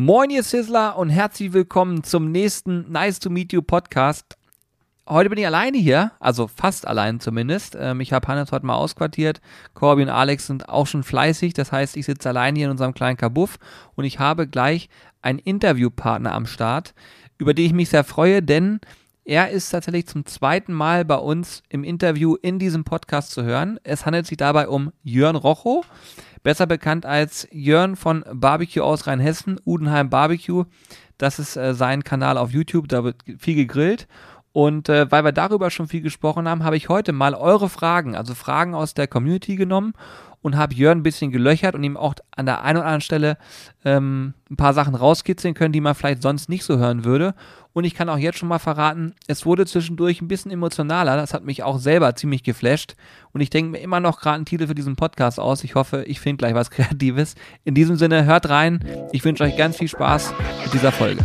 Moin ihr Sizzler und herzlich willkommen zum nächsten Nice to Meet You Podcast. Heute bin ich alleine hier, also fast allein zumindest. Ich habe Hannes heute mal ausquartiert, Corby und Alex sind auch schon fleißig, das heißt, ich sitze alleine hier in unserem kleinen Kabuff und ich habe gleich einen Interviewpartner am Start, über den ich mich sehr freue, denn er ist tatsächlich zum zweiten Mal bei uns im Interview in diesem Podcast zu hören. Es handelt sich dabei um Jörn Rochow, besser bekannt als Jörn von Barbecue aus Rheinhessen, Udenheim Barbecue. Das ist sein Kanal auf YouTube, da wird viel gegrillt. Und weil wir darüber schon viel gesprochen haben, habe ich heute mal eure Fragen, also Fragen aus der Community genommen und habe Jörn ein bisschen gelöchert und ihm auch an der einen oder anderen Stelle ein paar Sachen rauskitzeln können, die man vielleicht sonst nicht so hören würde. Und ich kann auch jetzt schon mal verraten, es wurde zwischendurch ein bisschen emotionaler. Das hat mich auch selber ziemlich geflasht. Und ich denke mir immer noch gerade einen Titel für diesen Podcast aus. Ich hoffe, ich finde gleich was Kreatives. In diesem Sinne, hört rein. Ich wünsche euch ganz viel Spaß mit dieser Folge.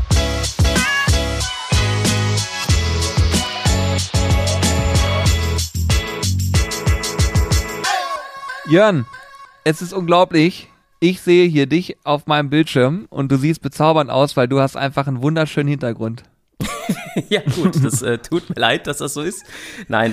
Jörn, es ist unglaublich. Ich sehe hier dich auf meinem Bildschirm und du siehst bezaubernd aus, weil du hast einfach einen wunderschönen Hintergrund. Ja gut, das tut mir leid, dass das so ist. Nein,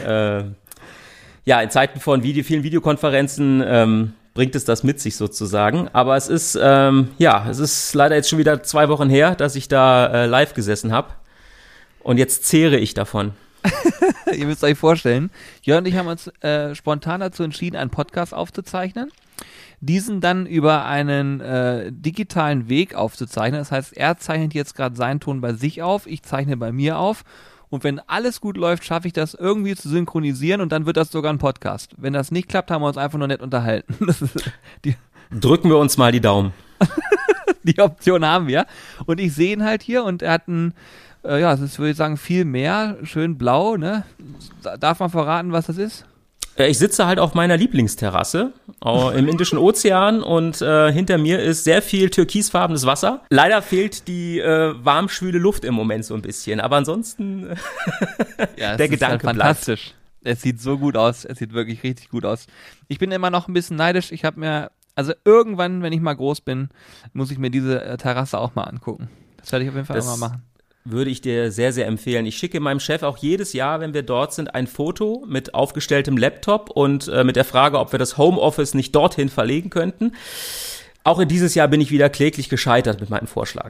in Zeiten von vielen Videokonferenzen bringt es das mit sich sozusagen. Aber es ist, es ist leider jetzt schon wieder 2 Wochen her, dass ich da live gesessen habe. Und jetzt zehre ich davon. Ihr müsst euch vorstellen, Jörn und ich haben uns spontan dazu entschieden, einen Podcast aufzuzeichnen. Diesen dann über einen digitalen Weg aufzuzeichnen. Das heißt, er zeichnet jetzt gerade seinen Ton bei sich auf, ich zeichne bei mir auf. Und wenn alles gut läuft, schaffe ich das irgendwie zu synchronisieren und dann wird das sogar ein Podcast. Wenn das nicht klappt, haben wir uns einfach nur nett unterhalten. Drücken wir uns mal die Daumen. Die Option haben wir. Und ich sehe ihn halt hier und er hat ein, es ist, würde ich sagen, viel mehr, schön blau, ne? Darf man verraten, was das ist? Ich sitze halt auf meiner Lieblingsterrasse im Indischen Ozean und hinter mir ist sehr viel türkisfarbenes Wasser. Leider fehlt die warm-schwüle Luft im Moment so ein bisschen, aber ansonsten der Gedanke halt fantastisch. Bleibt. Es sieht so gut aus, es sieht wirklich richtig gut aus. Ich bin immer noch ein bisschen neidisch, ich habe mir, also irgendwann, wenn ich mal groß bin, muss ich mir diese Terrasse auch mal angucken. Das werde ich auf jeden Fall mal machen. Würde ich dir sehr, sehr empfehlen. Ich schicke meinem Chef auch jedes Jahr, wenn wir dort sind, ein Foto mit aufgestelltem Laptop und mit der Frage, ob wir das Homeoffice nicht dorthin verlegen könnten. Auch in dieses Jahr bin ich wieder kläglich gescheitert mit meinem Vorschlag.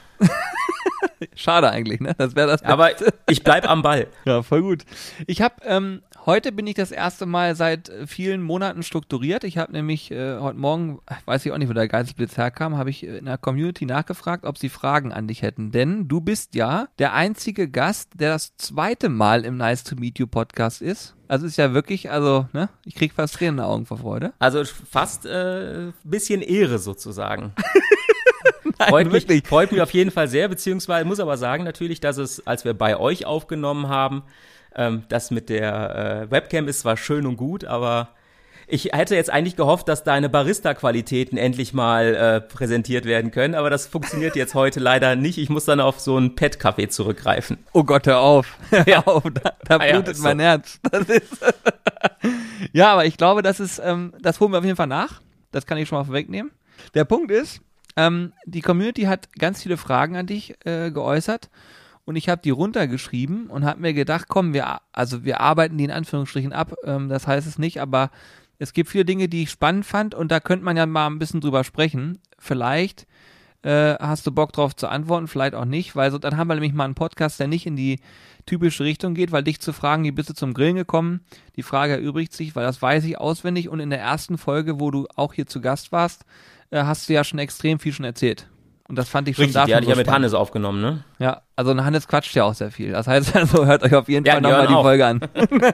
Schade eigentlich, ne? Das wäre das Beste. Aber ich bleib am Ball. Ja, voll gut. Ich habe, heute bin ich das erste Mal seit vielen Monaten strukturiert. Ich habe nämlich heute Morgen, weiß ich auch nicht, wo der Geistesblitz herkam, habe ich in der Community nachgefragt, ob sie Fragen an dich hätten. Denn du bist ja der einzige Gast, der das 2. Mal im Nice to Meet You Podcast ist. Also ist ja wirklich, ne? Ich krieg fast Tränen in den Augen vor Freude. Also fast bisschen Ehre sozusagen. Nein, freut mich auf jeden Fall sehr, beziehungsweise muss aber sagen natürlich, dass es, als wir bei euch aufgenommen haben, das mit der Webcam ist zwar schön und gut, aber ich hätte jetzt eigentlich gehofft, dass deine Barista-Qualitäten endlich mal präsentiert werden können, aber das funktioniert jetzt heute leider nicht. Ich muss dann auf so einen Pet-Kaffee zurückgreifen. Oh Gott, hör auf. Hör auf, da blutet mein Herz. Das ist ja, aber ich glaube, das holen wir auf jeden Fall nach. Das kann ich schon mal vorwegnehmen. Der Punkt ist, die Community hat ganz viele Fragen an dich geäußert und ich habe die runtergeschrieben und habe mir gedacht, komm, wir arbeiten die in Anführungsstrichen ab, das heißt es nicht, aber es gibt viele Dinge, die ich spannend fand und da könnte man ja mal ein bisschen drüber sprechen. Vielleicht hast du Bock drauf zu antworten, vielleicht auch nicht, weil dann haben wir nämlich mal einen Podcast, der nicht in die typische Richtung geht, weil dich zu fragen, wie bist du zum Grillen gekommen? Die Frage erübrigt sich, weil das weiß ich auswendig und in der ersten Folge, wo du auch hier zu Gast warst, hast du ja schon extrem viel schon erzählt. Und das fand ich schon dafür. Ja, die ja mit Hannes aufgenommen, ne? Ja, also Hannes quatscht ja auch sehr viel. Das heißt also, hört euch auf jeden Fall nochmal die Folge an.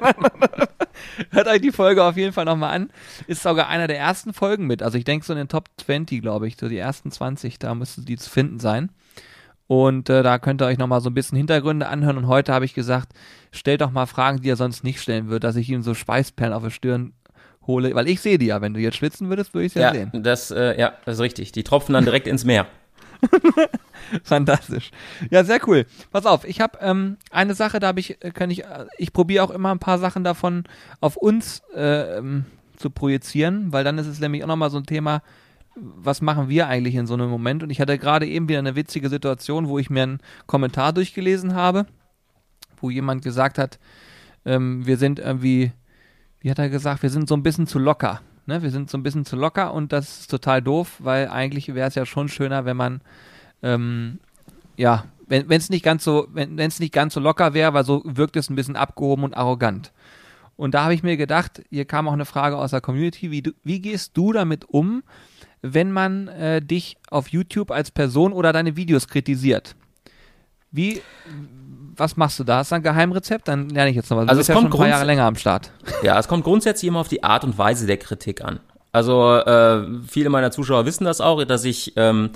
Hört euch die Folge auf jeden Fall nochmal an. Ist sogar einer der ersten Folgen mit. Also ich denke so in den Top 20, glaube ich, so die ersten 20, da müsste die zu finden sein. Und da könnt ihr euch nochmal so ein bisschen Hintergründe anhören. Und heute habe ich gesagt, stellt doch mal Fragen, die ihr sonst nicht stellen würdet, dass ich ihm so Schweißperlen auf der Stirn hole. Weil ich sehe die ja, wenn du jetzt schwitzen würdest, würde ich es ja sehen. Das ist richtig. Die tropfen dann direkt ins Meer. Fantastisch. Ja, sehr cool. Pass auf, ich habe eine Sache, da ich probiere auch immer ein paar Sachen davon auf uns zu projizieren, weil dann ist es nämlich auch nochmal so ein Thema, was machen wir eigentlich in so einem Moment? Und ich hatte gerade eben wieder eine witzige Situation, wo ich mir einen Kommentar durchgelesen habe, wo jemand gesagt hat, wir sind irgendwie, wie hat er gesagt, wir sind so ein bisschen zu locker. Ne? Wir sind so ein bisschen zu locker und das ist total doof, weil eigentlich wäre es ja schon schöner, wenn man, wenn es nicht ganz so locker wäre, weil so wirkt es ein bisschen abgehoben und arrogant. Und da habe ich mir gedacht, hier kam auch eine Frage aus der Community, wie gehst du damit um, wenn man dich auf YouTube als Person oder deine Videos kritisiert? Was machst du da? Hast du ein Geheimrezept? Dann lerne ich jetzt noch was. Du bist ja schon ein paar Jahre länger am Start. Ja, es kommt grundsätzlich immer auf die Art und Weise der Kritik an. Also viele meiner Zuschauer wissen das auch, dass ich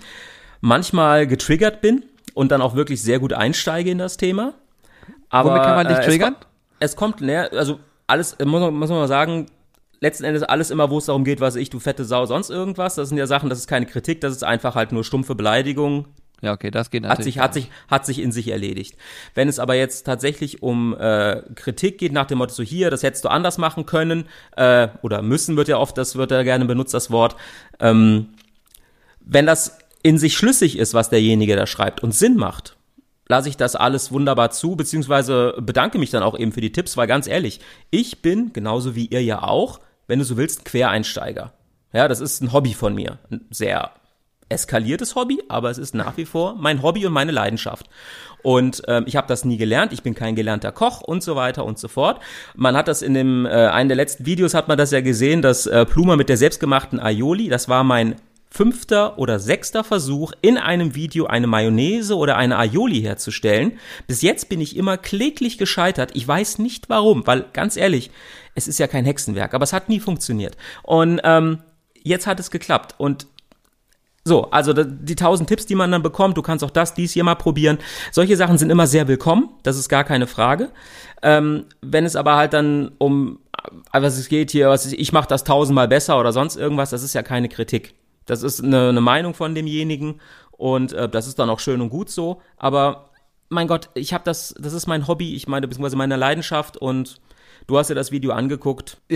manchmal getriggert bin und dann auch wirklich sehr gut einsteige in das Thema. Aber womit kann man dich triggern? Es kommt näher, also alles, muss man mal sagen, letzten Endes alles immer, wo es darum geht, du fette Sau, sonst irgendwas. Das sind ja Sachen, das ist keine Kritik, das ist einfach halt nur stumpfe Beleidigung. Ja, okay, das geht natürlich. Hat sich in sich erledigt. Wenn es aber jetzt tatsächlich um Kritik geht, nach dem Motto, so hier, das hättest du anders machen können, oder müssen wird ja gerne benutzt, das Wort. Wenn das in sich schlüssig ist, was derjenige da schreibt und Sinn macht, lasse ich das alles wunderbar zu, beziehungsweise bedanke mich dann auch eben für die Tipps, weil ganz ehrlich, ich bin, genauso wie ihr ja auch, wenn du so willst, ein Quereinsteiger. Ja, das ist ein Hobby von mir. Ein sehr eskaliertes Hobby, aber es ist nach wie vor mein Hobby und meine Leidenschaft. Und ich habe das nie gelernt, ich bin kein gelernter Koch und so weiter und so fort. Man hat das in einem der letzten Videos hat man das ja gesehen, dass Pluma mit der selbstgemachten Aioli, das war mein 5. oder 6. Versuch, in einem Video eine Mayonnaise oder eine Aioli herzustellen. Bis jetzt bin ich immer kläglich gescheitert. Ich weiß nicht warum, weil ganz ehrlich, es ist ja kein Hexenwerk, aber es hat nie funktioniert. Und jetzt hat es geklappt. Und so, also die 1000 Tipps, die man dann bekommt, du kannst auch dies hier mal probieren. Solche Sachen sind immer sehr willkommen, das ist gar keine Frage. Wenn es aber halt dann was es geht hier, ich mache das 1000-mal besser oder sonst irgendwas, das ist ja keine Kritik. Das ist eine Meinung von demjenigen und das ist dann auch schön und gut so. Aber mein Gott, das ist mein Hobby, ich meine, beziehungsweise meine Leidenschaft und du hast dir das Video angeguckt. Ja,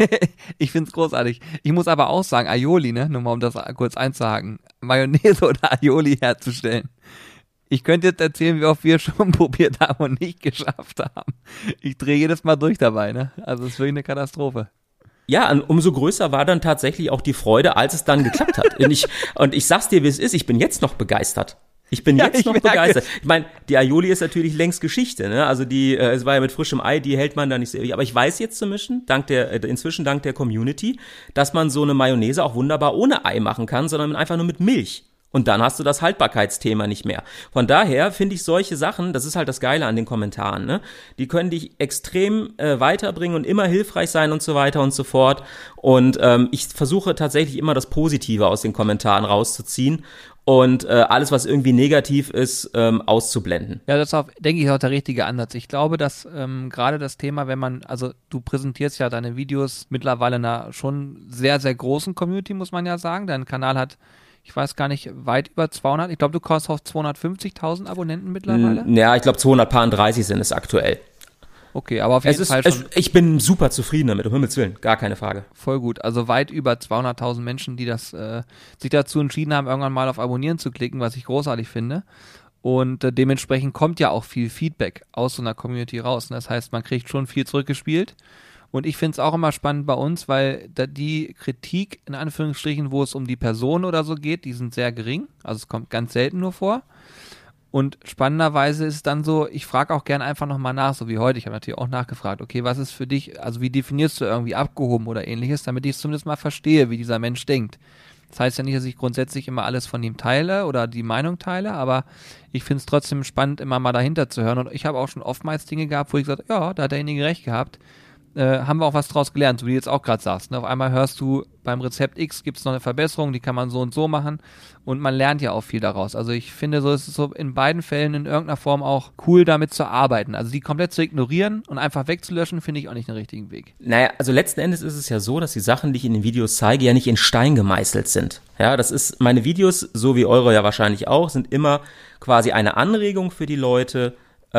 ich find's großartig. Ich muss aber auch sagen, Aioli, ne, nur mal um das kurz einzuhaken, Mayonnaise oder Aioli herzustellen. Ich könnte jetzt erzählen, wie oft wir schon probiert haben und nicht geschafft haben. Ich drehe jedes Mal durch dabei, ne? Also es ist wirklich eine Katastrophe. Ja, und umso größer war dann tatsächlich auch die Freude, als es dann geklappt hat. Und ich sag's dir, wie es ist, ich bin jetzt noch begeistert. Ich bin jetzt noch begeistert. Ich meine, die Aioli ist natürlich längst Geschichte, ne? Also es war ja mit frischem Ei, die hält man da nicht so ewig. Aber ich weiß jetzt inzwischen dank der Community, dass man so eine Mayonnaise auch wunderbar ohne Ei machen kann, sondern einfach nur mit Milch. Und dann hast du das Haltbarkeitsthema nicht mehr. Von daher finde ich solche Sachen, das ist halt das Geile an den Kommentaren, ne? Die können dich extrem weiterbringen und immer hilfreich sein und so weiter und so fort. Und ich versuche tatsächlich immer das Positive aus den Kommentaren rauszuziehen und alles, was irgendwie negativ ist, auszublenden. Ja, das ist denke ich, auch der richtige Ansatz. Ich glaube, dass gerade das Thema, du präsentierst ja deine Videos mittlerweile einer schon sehr, sehr großen Community, muss man ja sagen. Dein Kanal hat, ich weiß gar nicht, weit über 200, ich glaube, du kommst auf 250.000 Abonnenten mittlerweile? Ja, ich glaube 230 sind es aktuell. Okay, aber auf jeden Fall schon. Ich bin super zufrieden damit, um Himmels Willen, gar keine Frage. Voll gut, also weit über 200.000 Menschen, die sich dazu entschieden haben, irgendwann mal auf Abonnieren zu klicken, was ich großartig finde. Und dementsprechend kommt ja auch viel Feedback aus so einer Community raus. Und das heißt, man kriegt schon viel zurückgespielt. Und ich finde es auch immer spannend bei uns, weil die Kritik, in Anführungsstrichen, wo es um die Person oder so geht, die sind sehr gering. Also es kommt ganz selten nur vor. Und spannenderweise ist es dann so, ich frage auch gerne einfach nochmal nach, so wie heute. Ich habe natürlich auch nachgefragt, okay, was ist für dich, also wie definierst du irgendwie abgehoben oder ähnliches, damit ich es zumindest mal verstehe, wie dieser Mensch denkt. Das heißt ja nicht, dass ich grundsätzlich immer alles von ihm teile oder die Meinung teile, aber ich finde es trotzdem spannend, immer mal dahinter zu hören. Und ich habe auch schon oftmals Dinge gehabt, wo ich gesagt habe, ja, da hat derjenige recht gehabt. Haben wir auch was draus gelernt, so wie du jetzt auch gerade sagst. Ne? Auf einmal hörst du, beim Rezept X gibt es noch eine Verbesserung, die kann man so und so machen und man lernt ja auch viel daraus. Also ich finde, es ist so in beiden Fällen in irgendeiner Form auch cool, damit zu arbeiten. Also die komplett zu ignorieren und einfach wegzulöschen, finde ich auch nicht den richtigen Weg. Naja, also letzten Endes ist es ja so, dass die Sachen, die ich in den Videos zeige, ja nicht in Stein gemeißelt sind. Ja, das ist, meine Videos, so wie eure ja wahrscheinlich auch, sind immer quasi eine Anregung für die Leute,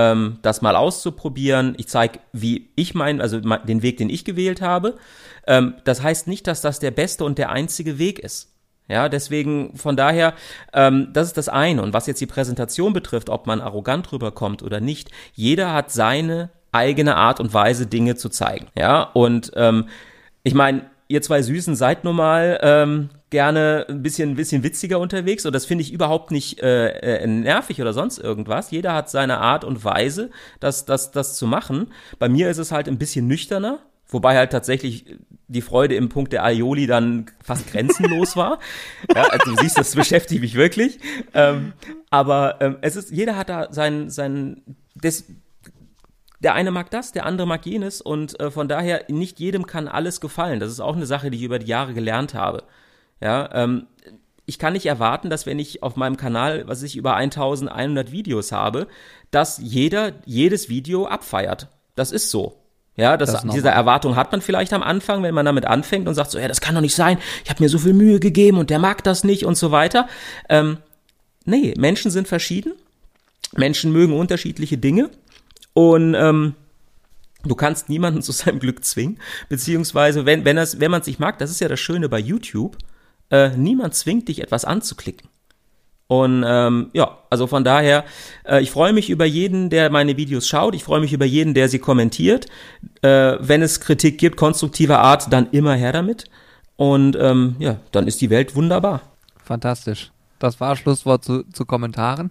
das mal auszuprobieren. Ich zeige, wie ich den Weg, den ich gewählt habe. Das heißt nicht, dass das der beste und der einzige Weg ist. Ja, deswegen von daher, das ist das eine. Und was jetzt die Präsentation betrifft, ob man arrogant rüberkommt oder nicht, jeder hat seine eigene Art und Weise, Dinge zu zeigen. Ja, und ich meine, ihr zwei Süßen seid nun mal gerne ein bisschen witziger unterwegs und das finde ich überhaupt nicht nervig oder sonst irgendwas. Jeder hat seine Art und Weise, das zu machen. Bei mir ist es halt ein bisschen nüchterner. Wobei halt tatsächlich die Freude im Punkt der Aioli dann fast grenzenlos war. Ja, also du siehst, das beschäftigt mich wirklich. Aber jeder hat da der eine mag das, der andere mag jenes und von daher nicht jedem kann alles gefallen. Das ist auch eine Sache, die ich über die Jahre gelernt habe. Ja, ich kann nicht erwarten, dass wenn ich auf meinem Kanal, was ich über 1100 Videos habe, dass jedes Video abfeiert. Das ist so. Ja, diese Erwartung hat man vielleicht am Anfang, wenn man damit anfängt und sagt so, ja, das kann doch nicht sein, ich habe mir so viel Mühe gegeben und der mag das nicht und so weiter. Nee, Menschen sind verschieden, Menschen mögen unterschiedliche Dinge und du kannst niemanden zu seinem Glück zwingen, beziehungsweise wenn man es nicht mag, das ist ja das Schöne bei YouTube, niemand zwingt dich, etwas anzuklicken. Und also von daher, ich freue mich über jeden, der meine Videos schaut. Ich freue mich über jeden, der sie kommentiert. Wenn es Kritik gibt, konstruktiver Art, dann immer her damit. Und dann ist die Welt wunderbar. Fantastisch. Das war Schlusswort zu Kommentaren.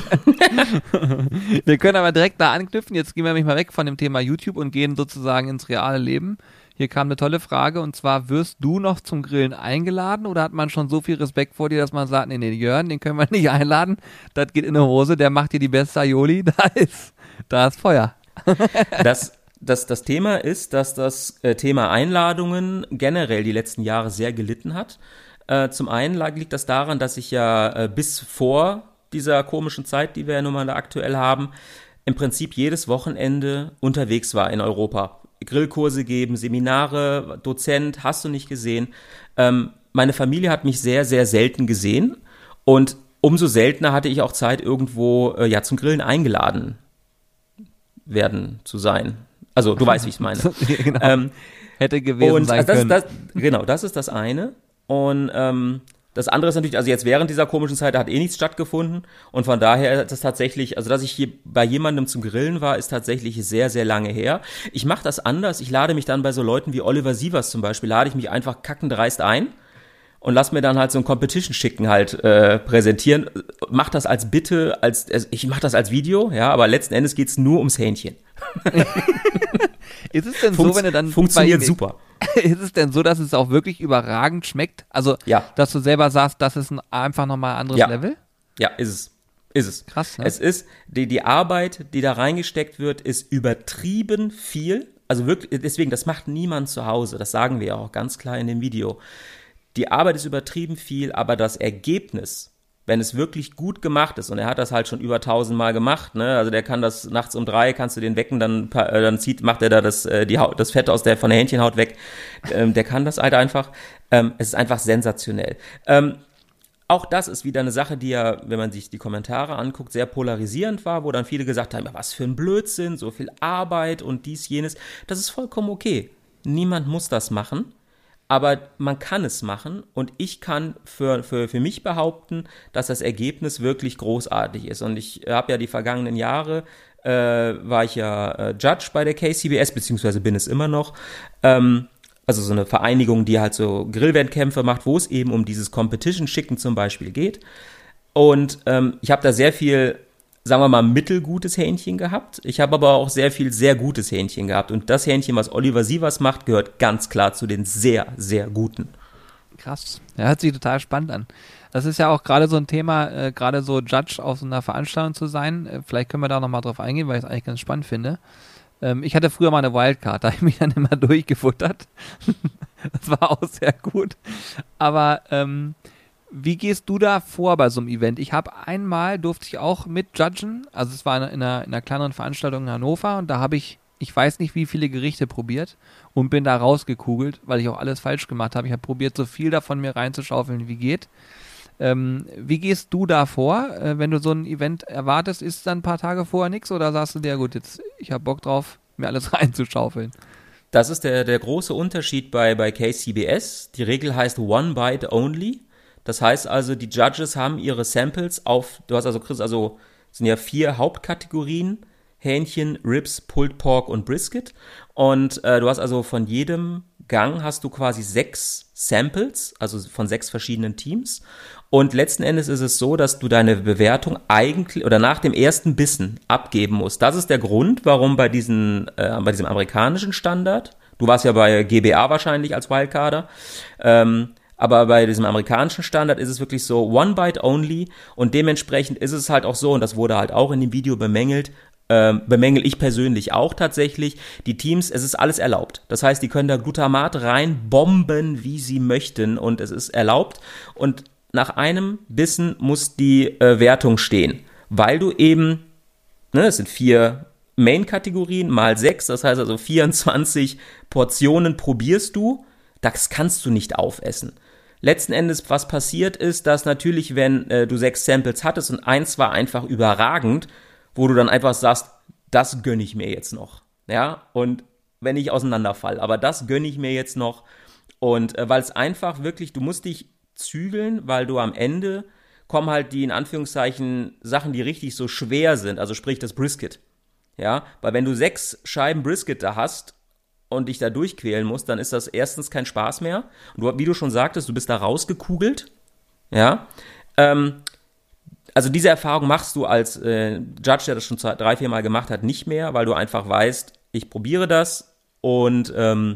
Wir können aber direkt da anknüpfen. Jetzt gehen wir nämlich mal weg von dem Thema YouTube und gehen sozusagen ins reale Leben. Hier kam eine tolle Frage und zwar, wirst du noch zum Grillen eingeladen oder hat man schon so viel Respekt vor dir, dass man sagt, nee, Jörn, den können wir nicht einladen, das geht in die Hose, der macht dir die beste Aioli, da ist Feuer. Das Thema ist, dass das Thema Einladungen generell die letzten Jahre sehr gelitten hat. Zum einen liegt das daran, dass ich ja bis vor dieser komischen Zeit, die wir ja nun mal aktuell haben, im Prinzip jedes Wochenende unterwegs war in Europa. Grillkurse geben, Seminare, Dozent, hast du nicht gesehen. Meine Familie hat mich sehr, sehr selten gesehen und umso seltener hatte ich auch Zeit, irgendwo zum Grillen eingeladen werden zu sein. Also du weißt, wie ich es meine. Genau. Hätte gewesen sein können. Genau, das ist das eine. Und das andere ist natürlich, also jetzt während dieser komischen Zeit, da hat nichts stattgefunden und von daher ist das tatsächlich, also dass ich hier bei jemandem zum Grillen war, ist tatsächlich sehr, sehr lange her. Ich mache das anders, ich lade mich dann bei so Leuten wie Oliver Sievers zum Beispiel, lade ich mich einfach kackendreist ein und lass mir dann halt so ein Competition-Schicken halt präsentieren. Mach das als Bitte, ich mach das als Video, ja, aber letzten Endes geht's nur ums Hähnchen. Ist es denn so, wenn du dann funktioniert super. Ist es denn so, dass es auch wirklich überragend schmeckt? Also, dass du selber sagst, das ist einfach nochmal ein anderes Level? Ja, ist es. Krass, ne? Es ist, die Arbeit, die da reingesteckt wird, ist übertrieben viel. Also wirklich, deswegen, das macht niemand zu Hause. Das sagen wir ja auch ganz klar in dem Video. Die Arbeit ist übertrieben viel, aber das Ergebnis, wenn es wirklich gut gemacht ist, und er hat das halt schon über 1000 Mal gemacht, ne, also der kann das nachts um 3, kannst du den wecken, dann macht er da das Fett von der Hähnchenhaut weg, der kann das halt einfach, es ist einfach sensationell. Auch das ist wieder eine Sache, die ja, wenn man sich die Kommentare anguckt, sehr polarisierend war, wo dann viele gesagt haben, ja, was für ein Blödsinn, so viel Arbeit und dies, jenes, das ist vollkommen okay. Niemand muss das machen. Aber man kann es machen und ich kann für mich behaupten, dass das Ergebnis wirklich großartig ist. Und ich habe ja die vergangenen Jahre, war ich ja Judge bei der KCBS, beziehungsweise bin es immer noch. Also so eine Vereinigung, die halt so Grillwettkämpfe macht, wo es eben um dieses Competition-Schicken zum Beispiel geht. Und ich habe da sehr viel, sagen wir mal, mittelgutes Hähnchen gehabt. Ich habe aber auch sehr viel sehr gutes Hähnchen gehabt. Und das Hähnchen, was Oliver Sievers macht, gehört ganz klar zu den sehr, sehr guten. Krass. Ja, hört sich total spannend an. Das ist ja auch gerade so ein Thema, gerade so Judge auf so einer Veranstaltung zu sein. Vielleicht können wir da nochmal drauf eingehen, weil ich es eigentlich ganz spannend finde. Ich hatte früher mal eine Wildcard, da habe ich mich dann immer durchgefuttert. Das war auch sehr gut. Aber wie gehst du da vor bei so einem Event? Durfte ich auch mit judgen, also es war in einer kleineren Veranstaltung in Hannover und da habe ich weiß nicht wie viele Gerichte probiert und bin da rausgekugelt, weil ich auch alles falsch gemacht habe. Ich habe probiert, so viel davon mir reinzuschaufeln, wie geht. Wie gehst du da vor, wenn du so ein Event erwartest? Ist dann ein paar Tage vorher nichts oder sagst du dir, gut, jetzt ich habe Bock drauf, mir alles reinzuschaufeln? Das ist der große Unterschied bei KCBS. Die Regel heißt One Bite Only. Das heißt also, die Judges haben ihre Samples kriegst also, es sind ja 4 Hauptkategorien, Hähnchen, Ribs, Pulled Pork und Brisket. Und du hast also von jedem Gang hast du quasi 6 Samples, also von 6 verschiedenen Teams. Und letzten Endes ist es so, dass du deine Bewertung eigentlich oder nach dem ersten Bissen abgeben musst. Das ist der Grund, warum bei diesem amerikanischen Standard, du warst ja bei GBA wahrscheinlich als Wildcarder, aber bei diesem amerikanischen Standard ist es wirklich so One Bite Only und dementsprechend ist es halt auch so, und das wurde halt auch in dem Video bemängelt, bemängel ich persönlich auch tatsächlich, die Teams, es ist alles erlaubt. Das heißt, die können da Glutamat reinbomben, wie sie möchten und es ist erlaubt und nach einem Bissen muss die Wertung stehen, weil du eben, es sind 4 Main-Kategorien mal 6, das heißt also 24 Portionen probierst du, das kannst du nicht aufessen. Letzten Endes, was passiert ist, dass natürlich, wenn du 6 Samples hattest und eins war einfach überragend, wo du dann einfach sagst, das gönne ich mir jetzt noch. Ja, und wenn ich auseinanderfall, aber das gönne ich mir jetzt noch. Und weil es einfach wirklich, du musst dich zügeln, weil du am Ende kommen halt die, in Anführungszeichen, Sachen, die richtig so schwer sind, also sprich das Brisket. Ja, weil wenn du 6 Scheiben Brisket da hast und dich da durchquälen musst, dann ist das erstens kein Spaß mehr. Und du, wie du schon sagtest, du bist da rausgekugelt. Ja, also diese Erfahrung machst du als Judge, der das schon 3-4 Mal gemacht hat, nicht mehr, weil du einfach weißt, ich probiere das und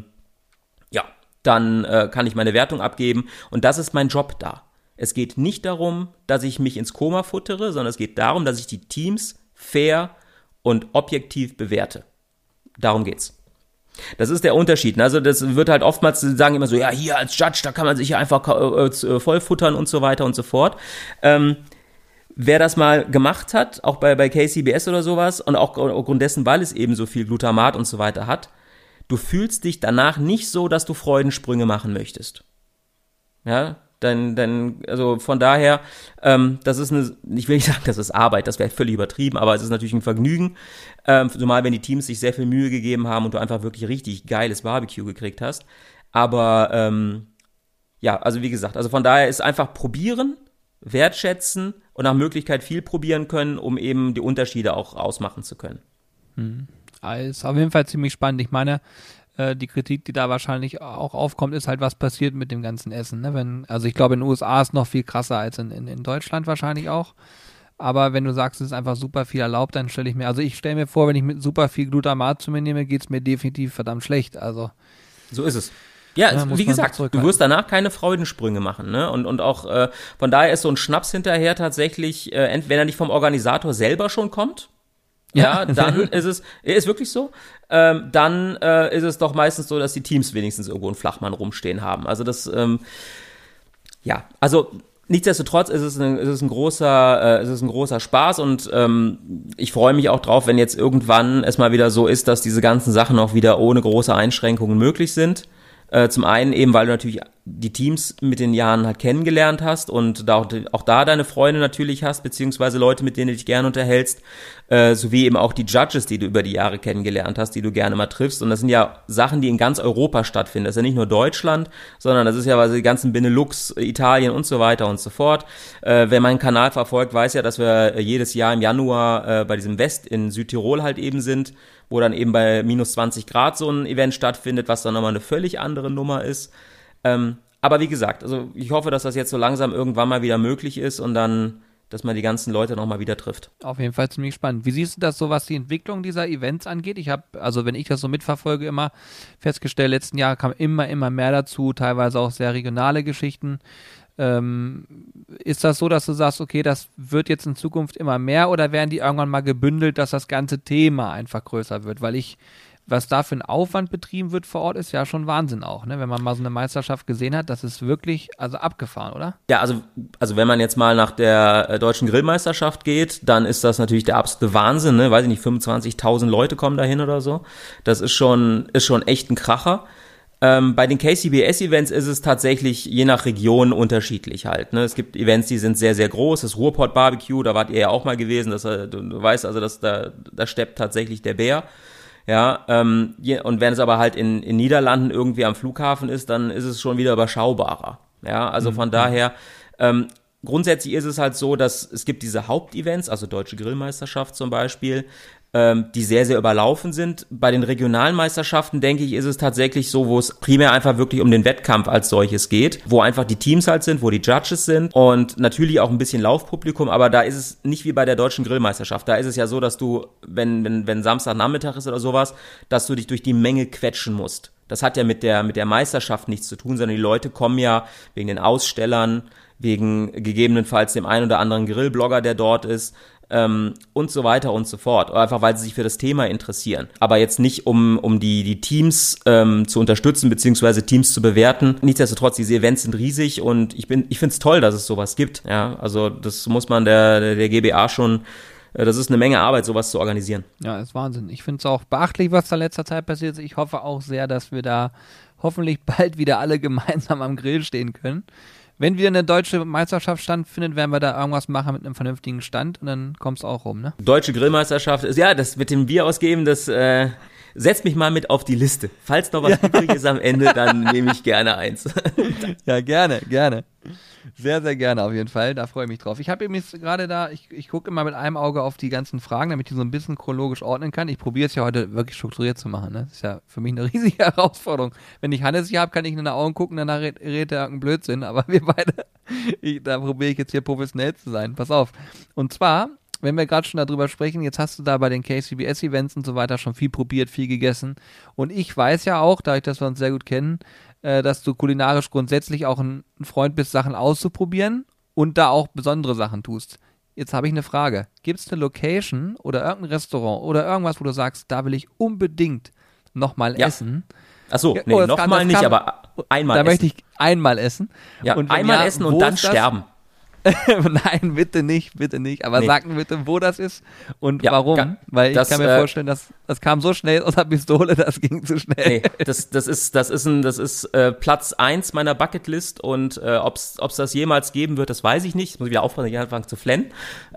dann kann ich meine Wertung abgeben und das ist mein Job da. Es geht nicht darum, dass ich mich ins Koma futtere, sondern es geht darum, dass ich die Teams fair und objektiv bewerte. Darum geht's. Das ist der Unterschied. Also das wird halt oftmals, sagen immer so, ja, hier als Judge, da kann man sich ja einfach vollfuttern und so weiter und so fort. Wer das mal gemacht hat, auch bei KCBS oder sowas und auch aufgrund dessen, weil es eben so viel Glutamat und so weiter hat, du fühlst dich danach nicht so, dass du Freudensprünge machen möchtest. Ja, also von daher, das ist ich will nicht sagen, das ist Arbeit, das wäre völlig übertrieben, aber es ist natürlich ein Vergnügen, zumal wenn die Teams sich sehr viel Mühe gegeben haben und du einfach wirklich richtig geiles Barbecue gekriegt hast. Aber also wie gesagt, also von daher ist einfach probieren, wertschätzen und nach Möglichkeit viel probieren können, um eben die Unterschiede auch ausmachen zu können. Ist auf jeden Fall ziemlich spannend. Ich meine, die Kritik, die da wahrscheinlich auch aufkommt, ist halt, was passiert mit dem ganzen Essen. Ne? Also ich glaube, in den USA ist noch viel krasser als in Deutschland wahrscheinlich auch. Aber wenn du sagst, es ist einfach super viel erlaubt, dann stelle ich mir vor, wenn ich mit super viel Glutamat zu mir nehme, geht es mir definitiv verdammt schlecht. Also so ist es. Ja, wie gesagt, du wirst danach keine Freudensprünge machen, ne? Und auch von daher ist so ein Schnaps hinterher tatsächlich, wenn er nicht vom Organisator selber schon kommt, ja, dann ist wirklich so, dann ist es doch meistens so, dass die Teams wenigstens irgendwo einen Flachmann rumstehen haben. Also das, also nichtsdestotrotz ist es ein großer Spaß und ich freue mich auch drauf, wenn jetzt irgendwann es mal wieder so ist, dass diese ganzen Sachen auch wieder ohne große Einschränkungen möglich sind. Zum einen eben, weil du natürlich die Teams mit den Jahren halt kennengelernt hast und auch da deine Freunde natürlich hast, beziehungsweise Leute, mit denen du dich gerne unterhältst, sowie eben auch die Judges, die du über die Jahre kennengelernt hast, die du gerne mal triffst. Und das sind ja Sachen, die in ganz Europa stattfinden. Das ist ja nicht nur Deutschland, sondern das ist ja also die ganzen Benelux, Italien und so weiter und so fort. Wer meinen Kanal verfolgt, weiß ja, dass wir jedes Jahr im Januar bei diesem West in Südtirol halt eben sind, wo dann eben bei minus 20 Grad so ein Event stattfindet, was dann nochmal eine völlig andere Nummer ist. Aber wie gesagt, also ich hoffe, dass das jetzt so langsam irgendwann mal wieder möglich ist und dann, dass man die ganzen Leute nochmal wieder trifft. Auf jeden Fall ziemlich spannend. Wie siehst du das so, was die Entwicklung dieser Events angeht? Ich habe, also wenn ich das so mitverfolge, immer festgestellt, letzten Jahre kam immer mehr dazu, teilweise auch sehr regionale Geschichten. Ist das so, dass du sagst, okay, das wird jetzt in Zukunft immer mehr oder werden die irgendwann mal gebündelt, dass das ganze Thema einfach größer wird? Weil was da für ein Aufwand betrieben wird vor Ort, ist ja schon Wahnsinn auch, ne? Wenn man mal so eine Meisterschaft gesehen hat, das ist wirklich, also abgefahren, oder? Ja, also wenn man jetzt mal nach der deutschen Grillmeisterschaft geht, dann ist das natürlich der absolute Wahnsinn, ne? Weiß ich nicht, 25.000 Leute kommen dahin oder so. Das ist schon echt ein Kracher. Bei den KCBS-Events ist es tatsächlich je nach Region unterschiedlich halt. Ne? Es gibt Events, die sind sehr, sehr groß. Das Ruhrpott-Barbecue, da wart ihr ja auch mal gewesen. Du weißt also, dass da steppt tatsächlich der Bär. Ja, und wenn es aber halt in Niederlanden irgendwie am Flughafen ist, dann ist es schon wieder überschaubarer. Ja, also von daher Grundsätzlich ist es halt so, dass es gibt diese Hauptevents, also Deutsche Grillmeisterschaft zum Beispiel, die sehr, sehr überlaufen sind. Bei den regionalen Meisterschaften, denke ich, ist es tatsächlich so, wo es primär einfach wirklich um den Wettkampf als solches geht, wo einfach die Teams halt sind, wo die Judges sind und natürlich auch ein bisschen Laufpublikum, aber da ist es nicht wie bei der Deutschen Grillmeisterschaft. Da ist es ja so, dass du, wenn Samstagnachmittag ist oder sowas, dass du dich durch die Menge quetschen musst. Das hat ja mit der Meisterschaft nichts zu tun, sondern die Leute kommen ja wegen den Ausstellern, wegen gegebenenfalls dem einen oder anderen Grillblogger, der dort ist, und so weiter und so fort. Einfach weil sie sich für das Thema interessieren. Aber jetzt nicht, um die Teams zu unterstützen, beziehungsweise Teams zu bewerten. Nichtsdestotrotz, diese Events sind riesig und ich finde es toll, dass es sowas gibt. Ja, also das muss man der GBA schon, das ist eine Menge Arbeit, sowas zu organisieren. Ja, ist Wahnsinn. Ich finde es auch beachtlich, was da letzter Zeit passiert ist. Ich hoffe auch sehr, dass wir da hoffentlich bald wieder alle gemeinsam am Grill stehen können. Wenn wieder eine deutsche Meisterschaft stattfindet, werden wir da irgendwas machen mit einem vernünftigen Stand und dann kommst du auch rum, ne? Deutsche Grillmeisterschaft ist, ja, das mit dem Bier ausgeben, das setzt mich mal mit auf die Liste. Falls noch was übrig ist am Ende, dann nehme ich gerne eins. Ja, gerne. Sehr, sehr gerne auf jeden Fall, da freue ich mich drauf. Ich habe eben jetzt gerade da, ich gucke immer mit einem Auge auf die ganzen Fragen, damit ich die so ein bisschen chronologisch ordnen kann. Ich probiere es ja heute wirklich strukturiert zu machen, ne? Das ist ja für mich eine riesige Herausforderung. Wenn ich Hannes hier habe, kann ich in den Augen gucken, danach redet er irgendeinen Blödsinn, aber wir beide, da probiere ich jetzt hier professionell zu sein. Pass auf. Und zwar, wenn wir gerade schon darüber sprechen, jetzt hast du da bei den KCBS-Events und so weiter schon viel probiert, viel gegessen. Und ich weiß ja auch, dadurch, dass wir uns sehr gut kennen, dass du kulinarisch grundsätzlich auch ein Freund bist, Sachen auszuprobieren und da auch besondere Sachen tust. Jetzt habe ich eine Frage. Gibt es eine Location oder irgendein Restaurant oder irgendwas, wo du sagst, da will ich unbedingt nochmal essen? Achso, nee, nochmal nicht, aber einmal essen. Da möchte ich einmal essen. Ja, und einmal essen und dann sterben. Nein, bitte nicht. Aber sag mir bitte, wo das ist und warum. Weil ich kann mir vorstellen, dass das kam so schnell aus der Pistole, das ging zu schnell. Nee, das ist Platz 1 meiner Bucketlist und ob's das jemals geben wird, das weiß ich nicht. Ich muss wieder aufpassen, ich anfange zu flennen.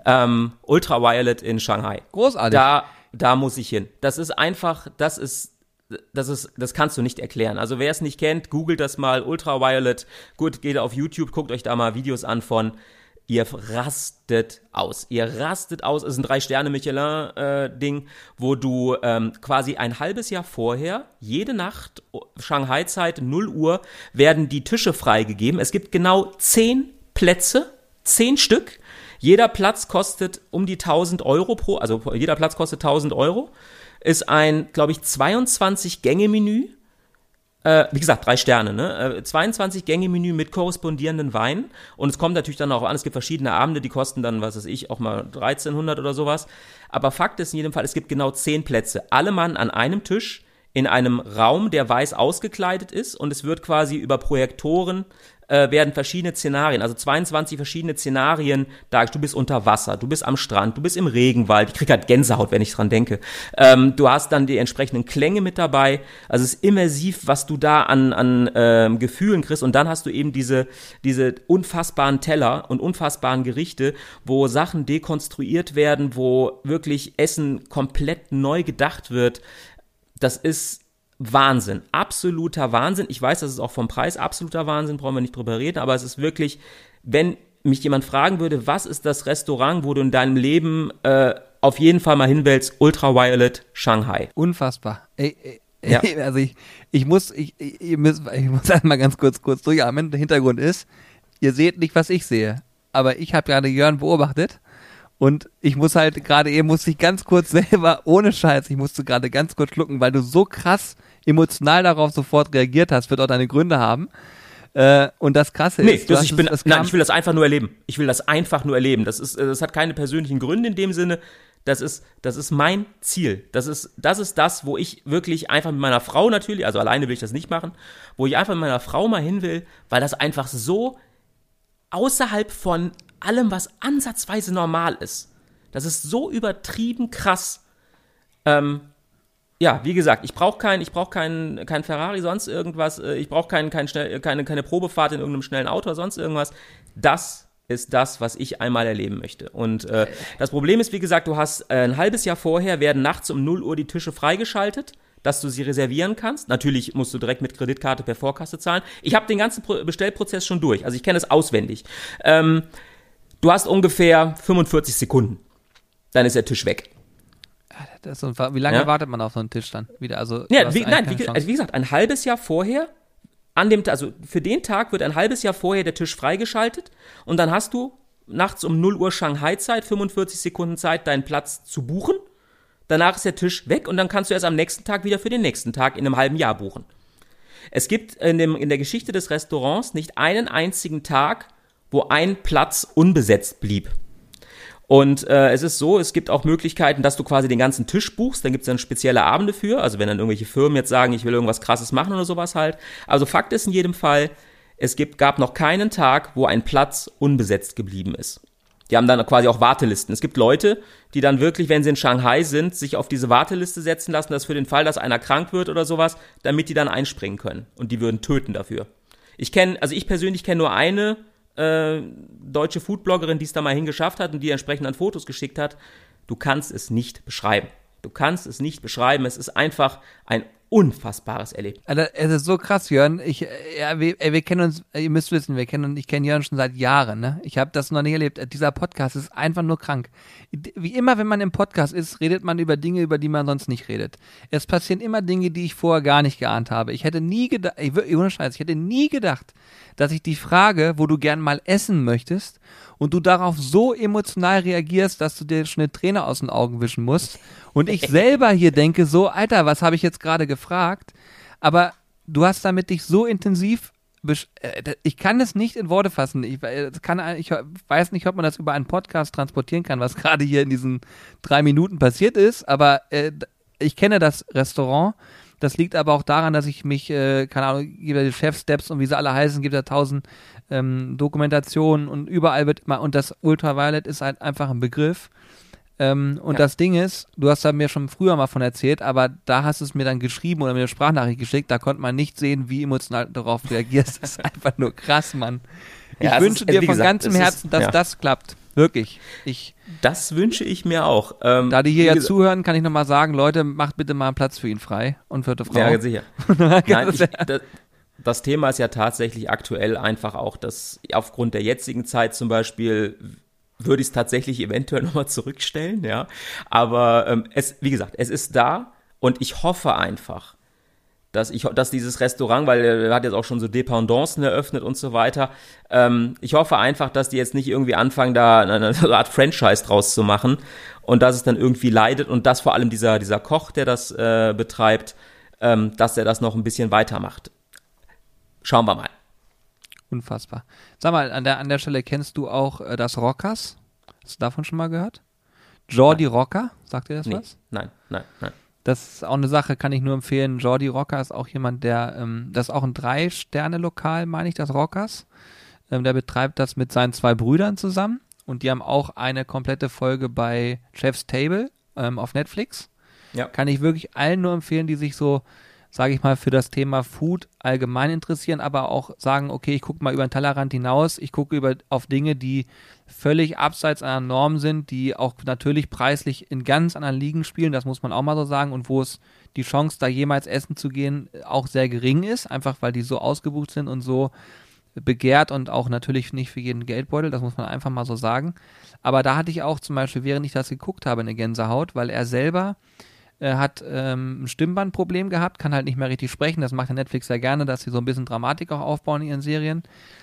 Ultraviolet in Shanghai. Großartig. Da muss ich hin. Das ist einfach, das kannst du nicht erklären. Also wer es nicht kennt, googelt das mal, Ultraviolet. Gut, geht auf YouTube, guckt euch da mal Videos an von. Ihr rastet aus. Es ist ein 3-Sterne-Michelin-Ding, wo du quasi ein halbes Jahr vorher, jede Nacht, Shanghai-Zeit, 0 Uhr, werden die Tische freigegeben. Es gibt genau 10 Plätze, 10 Stück. Jeder Platz kostet um die 1.000 Euro also jeder Platz kostet 1.000 Euro. Ist ein, glaube ich, 22-Gänge-Menü. Wie gesagt, 3 Sterne, ne? 22-Gänge-Menü mit korrespondierenden Weinen. Und es kommt natürlich dann auch an, es gibt verschiedene Abende, die kosten dann, was weiß ich, auch mal 1.300 oder sowas. Aber Fakt ist in jedem Fall, es gibt genau 10 Plätze. Alle Mann an einem Tisch in einem Raum, der weiß ausgekleidet ist. Und es wird quasi über Projektoren werden verschiedene Szenarien, also 22 verschiedene Szenarien dargestellt. Du bist unter Wasser, du bist am Strand, du bist im Regenwald. Ich krieg halt Gänsehaut, wenn ich dran denke. Du hast dann die entsprechenden Klänge mit dabei. Also es ist immersiv, was du da an Gefühlen kriegst. Und dann hast du eben diese unfassbaren Teller und unfassbaren Gerichte, wo Sachen dekonstruiert werden, wo wirklich Essen komplett neu gedacht wird. Das ist Wahnsinn, absoluter Wahnsinn. Ich weiß, das ist auch vom Preis absoluter Wahnsinn, brauchen wir nicht drüber reden, aber es ist wirklich, wenn mich jemand fragen würde, was ist das Restaurant, wo du in deinem Leben auf jeden Fall mal hin willst, Ultraviolet Shanghai. Unfassbar. Ja. Also ich muss erstmal ganz kurz durchatmen. Der Hintergrund ist, ihr seht nicht, was ich sehe, aber ich habe gerade Jörn beobachtet. Und ich musste ganz kurz selber, ohne Scheiß, ich musste gerade ganz kurz schlucken, weil du so krass emotional darauf sofort reagiert hast, wird auch deine Gründe haben. Und das Krasse ist, ich will das einfach nur erleben. Das hat keine persönlichen Gründe in dem Sinne. Das ist mein Ziel. Das ist das, wo ich wirklich einfach mit meiner Frau natürlich, also alleine will ich das nicht machen, wo ich einfach mit meiner Frau mal hin will, weil das einfach so außerhalb von allem, was ansatzweise normal ist. Das ist so übertrieben krass. Ja, wie gesagt, ich brauche kein Ferrari, sonst irgendwas. Ich brauche keine Probefahrt in irgendeinem schnellen Auto, sonst irgendwas. Das ist das, was ich einmal erleben möchte. Und das Problem ist, wie gesagt, du hast ein halbes Jahr vorher, werden nachts um 0 Uhr die Tische freigeschaltet. dass du sie reservieren kannst. Natürlich musst du direkt mit Kreditkarte per Vorkasse zahlen. Ich habe den ganzen Bestellprozess schon durch, also ich kenne es auswendig. Du hast ungefähr 45 Sekunden, dann ist der Tisch weg. Wie lange wartet man auf so einen Tisch dann wieder? Also, wie gesagt, ein halbes Jahr vorher, also für den Tag wird ein halbes Jahr vorher der Tisch freigeschaltet und dann hast du nachts um 0 Uhr Shanghai-Zeit, 45 Sekunden Zeit, deinen Platz zu buchen. Danach ist der Tisch weg und dann kannst du erst am nächsten Tag wieder für den nächsten Tag in einem halben Jahr buchen. Es gibt in der Geschichte des Restaurants nicht einen einzigen Tag, wo ein Platz unbesetzt blieb. Und es ist so, es gibt auch Möglichkeiten, dass du quasi den ganzen Tisch buchst, dann gibt es dann spezielle Abende für, also wenn dann irgendwelche Firmen jetzt sagen, ich will irgendwas Krasses machen oder sowas halt. Also Fakt ist in jedem Fall, gab noch keinen Tag, wo ein Platz unbesetzt geblieben ist. Die haben dann quasi auch Wartelisten. Es gibt Leute, die dann wirklich, wenn sie in Shanghai sind, sich auf diese Warteliste setzen lassen, dass für den Fall, dass einer krank wird oder sowas, damit die dann einspringen können. Und die würden töten dafür. Ich persönlich kenne nur eine deutsche Foodbloggerin, die es da mal hingeschafft hat und die entsprechend an Fotos geschickt hat. Du kannst es nicht beschreiben. Es ist einfach ein unfassbares Erlebnis. Also, es ist so krass, Jörn. Wir kennen uns, ihr müsst wissen, ich kenne Jörn schon seit Jahren, ne? Ich habe das noch nie erlebt. Dieser Podcast ist einfach nur krank. Wie immer, wenn man im Podcast ist, redet man über Dinge, über die man sonst nicht redet. Es passieren immer Dinge, die ich vorher gar nicht geahnt habe. Ich hätte nie gedacht, ohne Scheiß, ich hätte nie gedacht, dass ich die Frage, wo du gern mal essen möchtest und du darauf so emotional reagierst, dass du dir schon eine Träne aus den Augen wischen musst und ich selber hier denke so, Alter, was habe ich jetzt gerade gefragt? Aber du hast damit dich so intensiv, ich kann es nicht in Worte fassen, ich weiß nicht, ob man das über einen Podcast transportieren kann, was gerade hier in diesen 3 Minuten passiert ist, aber ich kenne das Restaurant. Das liegt aber auch daran, dass ich mich, keine Ahnung, gibt ja die Chef-Steps und wie sie alle heißen, gibt ja 1000 Dokumentationen und überall wird immer, und das Ultraviolet ist halt einfach ein Begriff. Das Ding ist, du hast da mir schon früher mal von erzählt, aber da hast du es mir dann geschrieben oder mir eine Sprachnachricht geschickt, da konnte man nicht sehen, wie emotional du darauf reagierst. Das ist einfach nur krass, Mann. Ich wünsche dir von ganzem Herzen, dass das klappt. Wirklich. Das wünsche ich mir auch. Da die hier ja zuhören, kann ich nochmal sagen, Leute, macht bitte mal einen Platz für ihn frei und für die Frau. Ja, sicher. Nein, das Thema ist ja tatsächlich aktuell einfach auch, dass aufgrund der jetzigen Zeit zum Beispiel würde ich es tatsächlich eventuell nochmal zurückstellen, ja. Aber wie gesagt, es ist da und ich hoffe einfach, dass dieses Restaurant, weil er hat jetzt auch schon so Dependancen eröffnet und so weiter, ich hoffe einfach, dass die jetzt nicht irgendwie anfangen, da eine Art Franchise draus zu machen und dass es dann irgendwie leidet und dass vor allem dieser Koch, der das betreibt, dass er das noch ein bisschen weitermacht. Schauen wir mal. Unfassbar. Sag mal, an der Stelle kennst du auch das Rockers? Hast du davon schon mal gehört? Jordi Rocker, sagt dir das was? Nein. Das ist auch eine Sache, kann ich nur empfehlen. Jordi Rocker ist auch jemand, der, das ist auch ein 3-Sterne-Lokal, meine ich, das Rockers. Der betreibt das mit seinen 2 Brüdern zusammen und die haben auch eine komplette Folge bei Chef's Table auf Netflix. Ja. Kann ich wirklich allen nur empfehlen, die sich so, sage ich mal, für das Thema Food allgemein interessieren, aber auch sagen, okay, ich gucke mal über den Tellerrand hinaus, ich gucke auf Dinge, die völlig abseits einer Norm sind, die auch natürlich preislich in ganz anderen Ligen spielen, das muss man auch mal so sagen, und wo es die Chance, da jemals essen zu gehen, auch sehr gering ist, einfach weil die so ausgebucht sind und so begehrt und auch natürlich nicht für jeden Geldbeutel, das muss man einfach mal so sagen. Aber da hatte ich auch zum Beispiel, während ich das geguckt habe, eine Gänsehaut, weil er selber hat ein Stimmbandproblem gehabt, kann halt nicht mehr richtig sprechen, das macht ja Netflix sehr gerne, dass sie so ein bisschen Dramatik auch aufbauen in ihren Serien,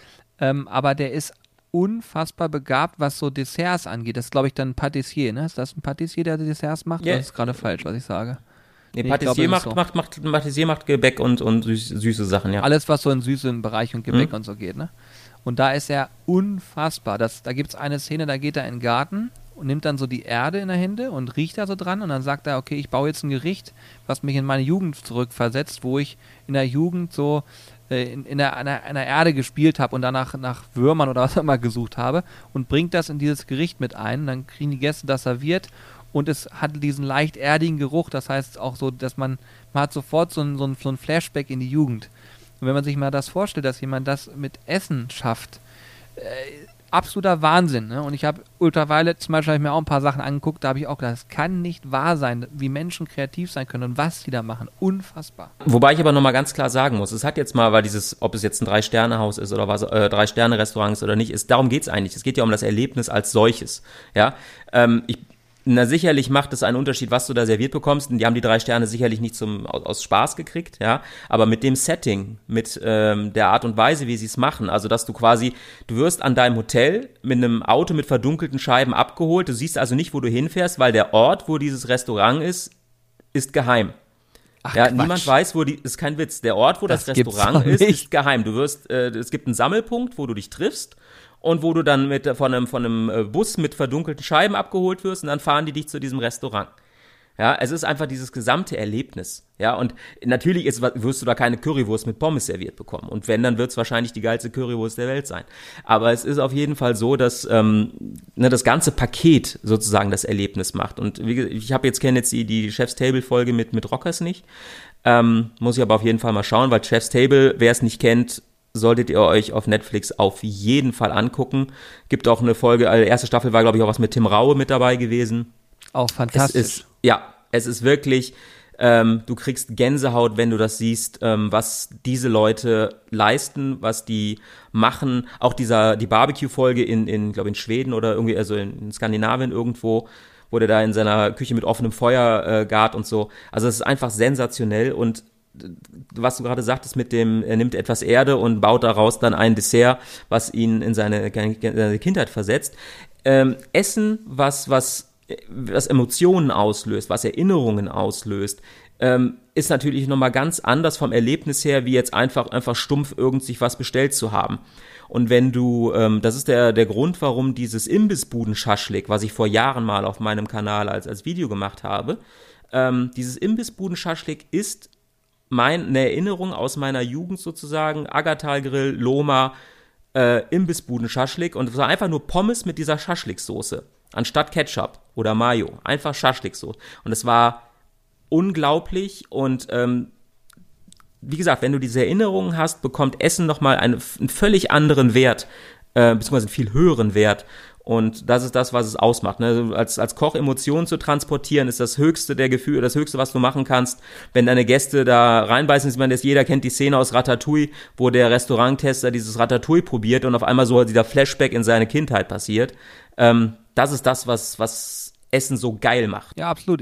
aber der ist unfassbar begabt, was so Desserts angeht. Das ist, glaube ich, dann ein Patissier, ne? Ist das ein Patissier, der Desserts macht? Yeah. Das ist gerade falsch, was ich sage. Nee, Patissier macht Gebäck und süße Sachen, ja. Alles, was so in süßen Bereich und Gebäck und so geht, ne? Und da ist er unfassbar. Da gibt es eine Szene, da geht er in den Garten und nimmt dann so die Erde in der Hände und riecht da so dran und dann sagt er, okay, ich baue jetzt ein Gericht, was mich in meine Jugend zurückversetzt, wo ich in der Jugend so in einer Erde gespielt habe und danach nach Würmern oder was auch immer gesucht habe und bringt das in dieses Gericht mit ein. Und dann kriegen die Gäste das serviert und es hat diesen leicht erdigen Geruch, das heißt auch so, dass man hat sofort so ein Flashback in die Jugend. Und wenn man sich mal das vorstellt, dass jemand das mit Essen schafft, absoluter Wahnsinn. Ne? Und ich habe Ultraviolet zum Beispiel, hab ich mir auch ein paar Sachen angeguckt, da habe ich auch gedacht, das kann nicht wahr sein, wie Menschen kreativ sein können und was die da machen. Unfassbar. Wobei ich aber nochmal ganz klar sagen muss, es hat jetzt mal, weil dieses, ob es jetzt ein 3-Sterne-Haus ist oder was, 3-Sterne-Restaurant ist oder nicht, darum geht es eigentlich. Es geht ja um das Erlebnis als solches. Ja, sicherlich macht es einen Unterschied, was du da serviert bekommst. Und die haben die 3 Sterne sicherlich nicht aus Spaß gekriegt, ja. Aber mit dem Setting, mit der Art und Weise, wie sie es machen, also dass du wirst an deinem Hotel mit einem Auto mit verdunkelten Scheiben abgeholt. Du siehst also nicht, wo du hinfährst, weil der Ort, wo dieses Restaurant ist geheim. Ach, ja, Quatsch. Niemand weiß, ist kein Witz. Der Ort, wo das Restaurant ist geheim. Es gibt einen Sammelpunkt, wo du dich triffst. Und wo du dann von einem Bus mit verdunkelten Scheiben abgeholt wirst und dann fahren die dich zu diesem Restaurant. Ja, es ist einfach dieses gesamte Erlebnis. Ja, und natürlich wirst du da keine Currywurst mit Pommes serviert bekommen. Und wenn, dann wird es wahrscheinlich die geilste Currywurst der Welt sein. Aber es ist auf jeden Fall so, dass das ganze Paket sozusagen das Erlebnis macht. Und ich kenne jetzt die Chef's Table-Folge mit Rockers nicht. Muss ich aber auf jeden Fall mal schauen, weil Chef's Table, wer es nicht kennt, solltet ihr euch auf Netflix auf jeden Fall angucken. Gibt auch eine Folge, die erste Staffel war, glaube ich, auch was mit Tim Raue mit dabei gewesen. Auch fantastisch. Es ist wirklich, du kriegst Gänsehaut, wenn du das siehst, was diese Leute leisten, was die machen. Auch die Barbecue-Folge in Schweden oder irgendwie, also in Skandinavien irgendwo, wo der da in seiner Küche mit offenem Feuer gart und so. Also es ist einfach sensationell und was du gerade sagtest er nimmt etwas Erde und baut daraus dann ein Dessert, was ihn in seine Kindheit versetzt. Essen, was Emotionen auslöst, was Erinnerungen auslöst, ist natürlich nochmal ganz anders vom Erlebnis her, wie jetzt einfach stumpf sich was bestellt zu haben. Und wenn du, das ist der Grund, warum dieses Imbissbuden-Schaschlik, was ich vor Jahren mal auf meinem Kanal als Video gemacht habe, dieses Imbissbuden-Schaschlik ist eine Erinnerung aus meiner Jugend sozusagen, Aggertalgrill, Loma, Imbissbuden-Schaschlik und es war einfach nur Pommes mit dieser Schaschliksoße, anstatt Ketchup oder Mayo, einfach Schaschliksoße und es war unglaublich und wie gesagt, wenn du diese Erinnerungen hast, bekommt Essen nochmal einen völlig anderen Wert, beziehungsweise einen viel höheren Wert. Und das ist das, was es ausmacht. Ne? Als Koch Emotionen zu transportieren, ist das höchste der Gefühle, das höchste, was du machen kannst, wenn deine Gäste da reinbeißen. Ich meine, jeder kennt die Szene aus Ratatouille, wo der Restauranttester dieses Ratatouille probiert und auf einmal so dieser Flashback in seine Kindheit passiert. Das ist das, was Essen so geil macht. Ja, absolut.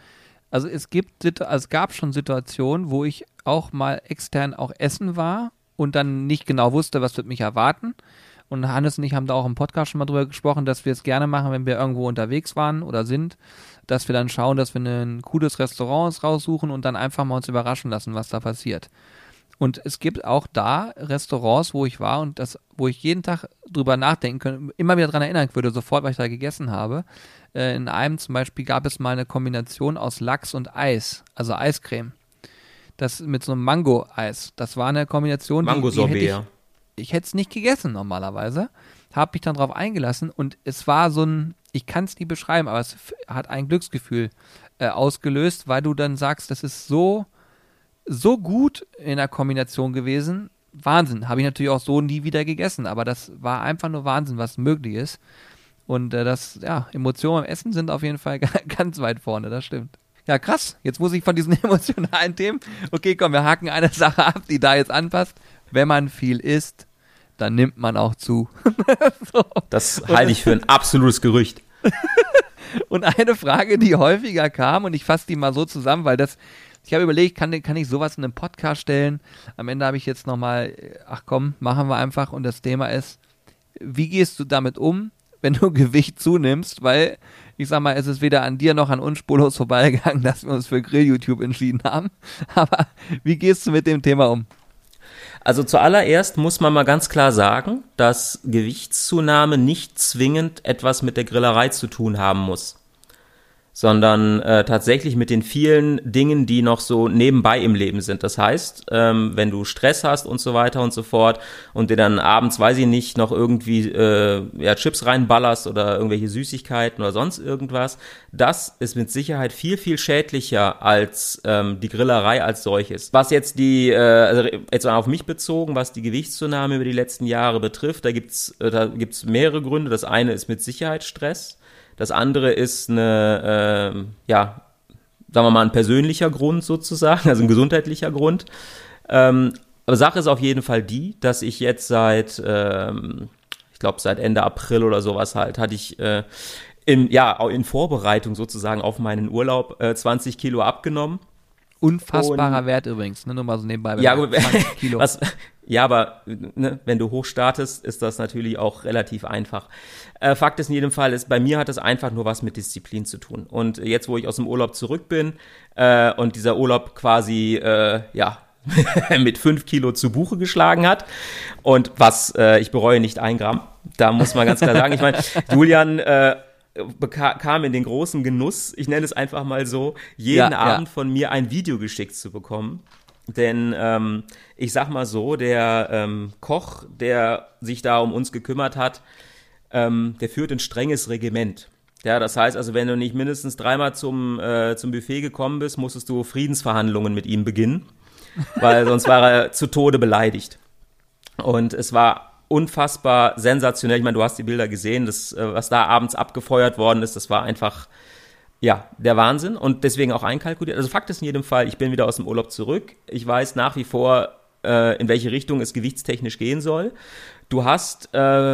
Es gab schon Situationen, wo ich auch mal extern auch essen war und dann nicht genau wusste, was wird mich erwarten. Und Hannes und ich haben da auch im Podcast schon mal drüber gesprochen, dass wir es gerne machen, wenn wir irgendwo unterwegs waren oder sind, dass wir dann schauen, dass wir ein cooles Restaurant raussuchen und dann einfach mal uns überraschen lassen, was da passiert. Und es gibt auch da Restaurants, wo ich war und wo ich jeden Tag drüber nachdenken könnte, immer wieder daran erinnern würde, sofort, was ich da gegessen habe. In einem zum Beispiel gab es mal eine Kombination aus Lachs und Eis, also Eiscreme. Das mit so einem Mango-Eis. Das war eine Kombination, Mango-Sorbet, ich hätte es nicht gegessen normalerweise, habe mich dann drauf eingelassen und es war so ich kann es nicht beschreiben, aber es hat ein Glücksgefühl ausgelöst, weil du dann sagst, das ist so gut in der Kombination gewesen. Wahnsinn, habe ich natürlich auch so nie wieder gegessen, aber das war einfach nur Wahnsinn, was möglich ist. Und Emotionen beim Essen sind auf jeden Fall ganz weit vorne, das stimmt. Ja, krass, jetzt muss ich von diesen emotionalen Themen, okay, komm, wir haken eine Sache ab, die da jetzt anpasst. Wenn man viel isst, dann nimmt man auch zu. So. Das halte ich für ein absolutes Gerücht. Und eine Frage, die häufiger kam, und ich fasse die mal so zusammen, weil ich habe überlegt, kann ich sowas in einem Podcast stellen? Am Ende habe ich jetzt nochmal, machen wir einfach. Und das Thema ist, wie gehst du damit um, wenn du Gewicht zunimmst? Weil, ich sag mal, es ist weder an dir noch an uns spurlos vorbeigegangen, dass wir uns für Grill-YouTube entschieden haben. Aber wie gehst du mit dem Thema um? Also zuallererst muss man mal ganz klar sagen, dass Gewichtszunahme nicht zwingend etwas mit der Grillerei zu tun haben muss. sondern tatsächlich mit den vielen Dingen, die noch so nebenbei im Leben sind. Das heißt, wenn du Stress hast und so weiter und so fort und dir dann abends, weiß ich nicht, noch irgendwie Chips reinballerst oder irgendwelche Süßigkeiten oder sonst irgendwas, das ist mit Sicherheit viel, viel schädlicher als die Grillerei als solches. Was jetzt also jetzt auf mich bezogen, was die Gewichtszunahme über die letzten Jahre betrifft, da gibt's mehrere Gründe. Das eine ist mit Sicherheit Stress. Das andere ist sagen wir mal, ein persönlicher Grund sozusagen, also ein gesundheitlicher Grund. Aber Sache ist auf jeden Fall die, dass ich jetzt seit Ende April oder sowas hatte ich in Vorbereitung sozusagen auf meinen Urlaub 20 Kilo abgenommen. Unfassbarer Wert übrigens, ne? Nur mal so nebenbei. Ja, 20 Kilo. Aber wenn du hoch startest, ist das natürlich auch relativ einfach. Fakt ist in jedem Fall, bei mir hat es einfach nur was mit Disziplin zu tun. Und jetzt, wo ich aus dem Urlaub zurück bin und dieser Urlaub quasi mit 5 Kilo zu Buche geschlagen hat und ich bereue nicht 1 Gramm, da muss man ganz klar sagen, ich meine, Julian kam in den großen Genuss, ich nenne es einfach mal so, jeden Abend von mir ein Video geschickt zu bekommen. Denn ich sag mal so, der Koch, der sich da um uns gekümmert hat, der führt ein strenges Regiment. Ja, das heißt also, wenn du nicht mindestens 3-mal zum Buffet gekommen bist, musstest du Friedensverhandlungen mit ihm beginnen, weil sonst war er zu Tode beleidigt. Und es war unfassbar sensationell. Ich meine, du hast die Bilder gesehen, was da abends abgefeuert worden ist, das war einfach, der Wahnsinn und deswegen auch einkalkuliert. Also Fakt ist in jedem Fall, ich bin wieder aus dem Urlaub zurück. Ich weiß nach wie vor, in welche Richtung es gewichtstechnisch gehen soll. Du hast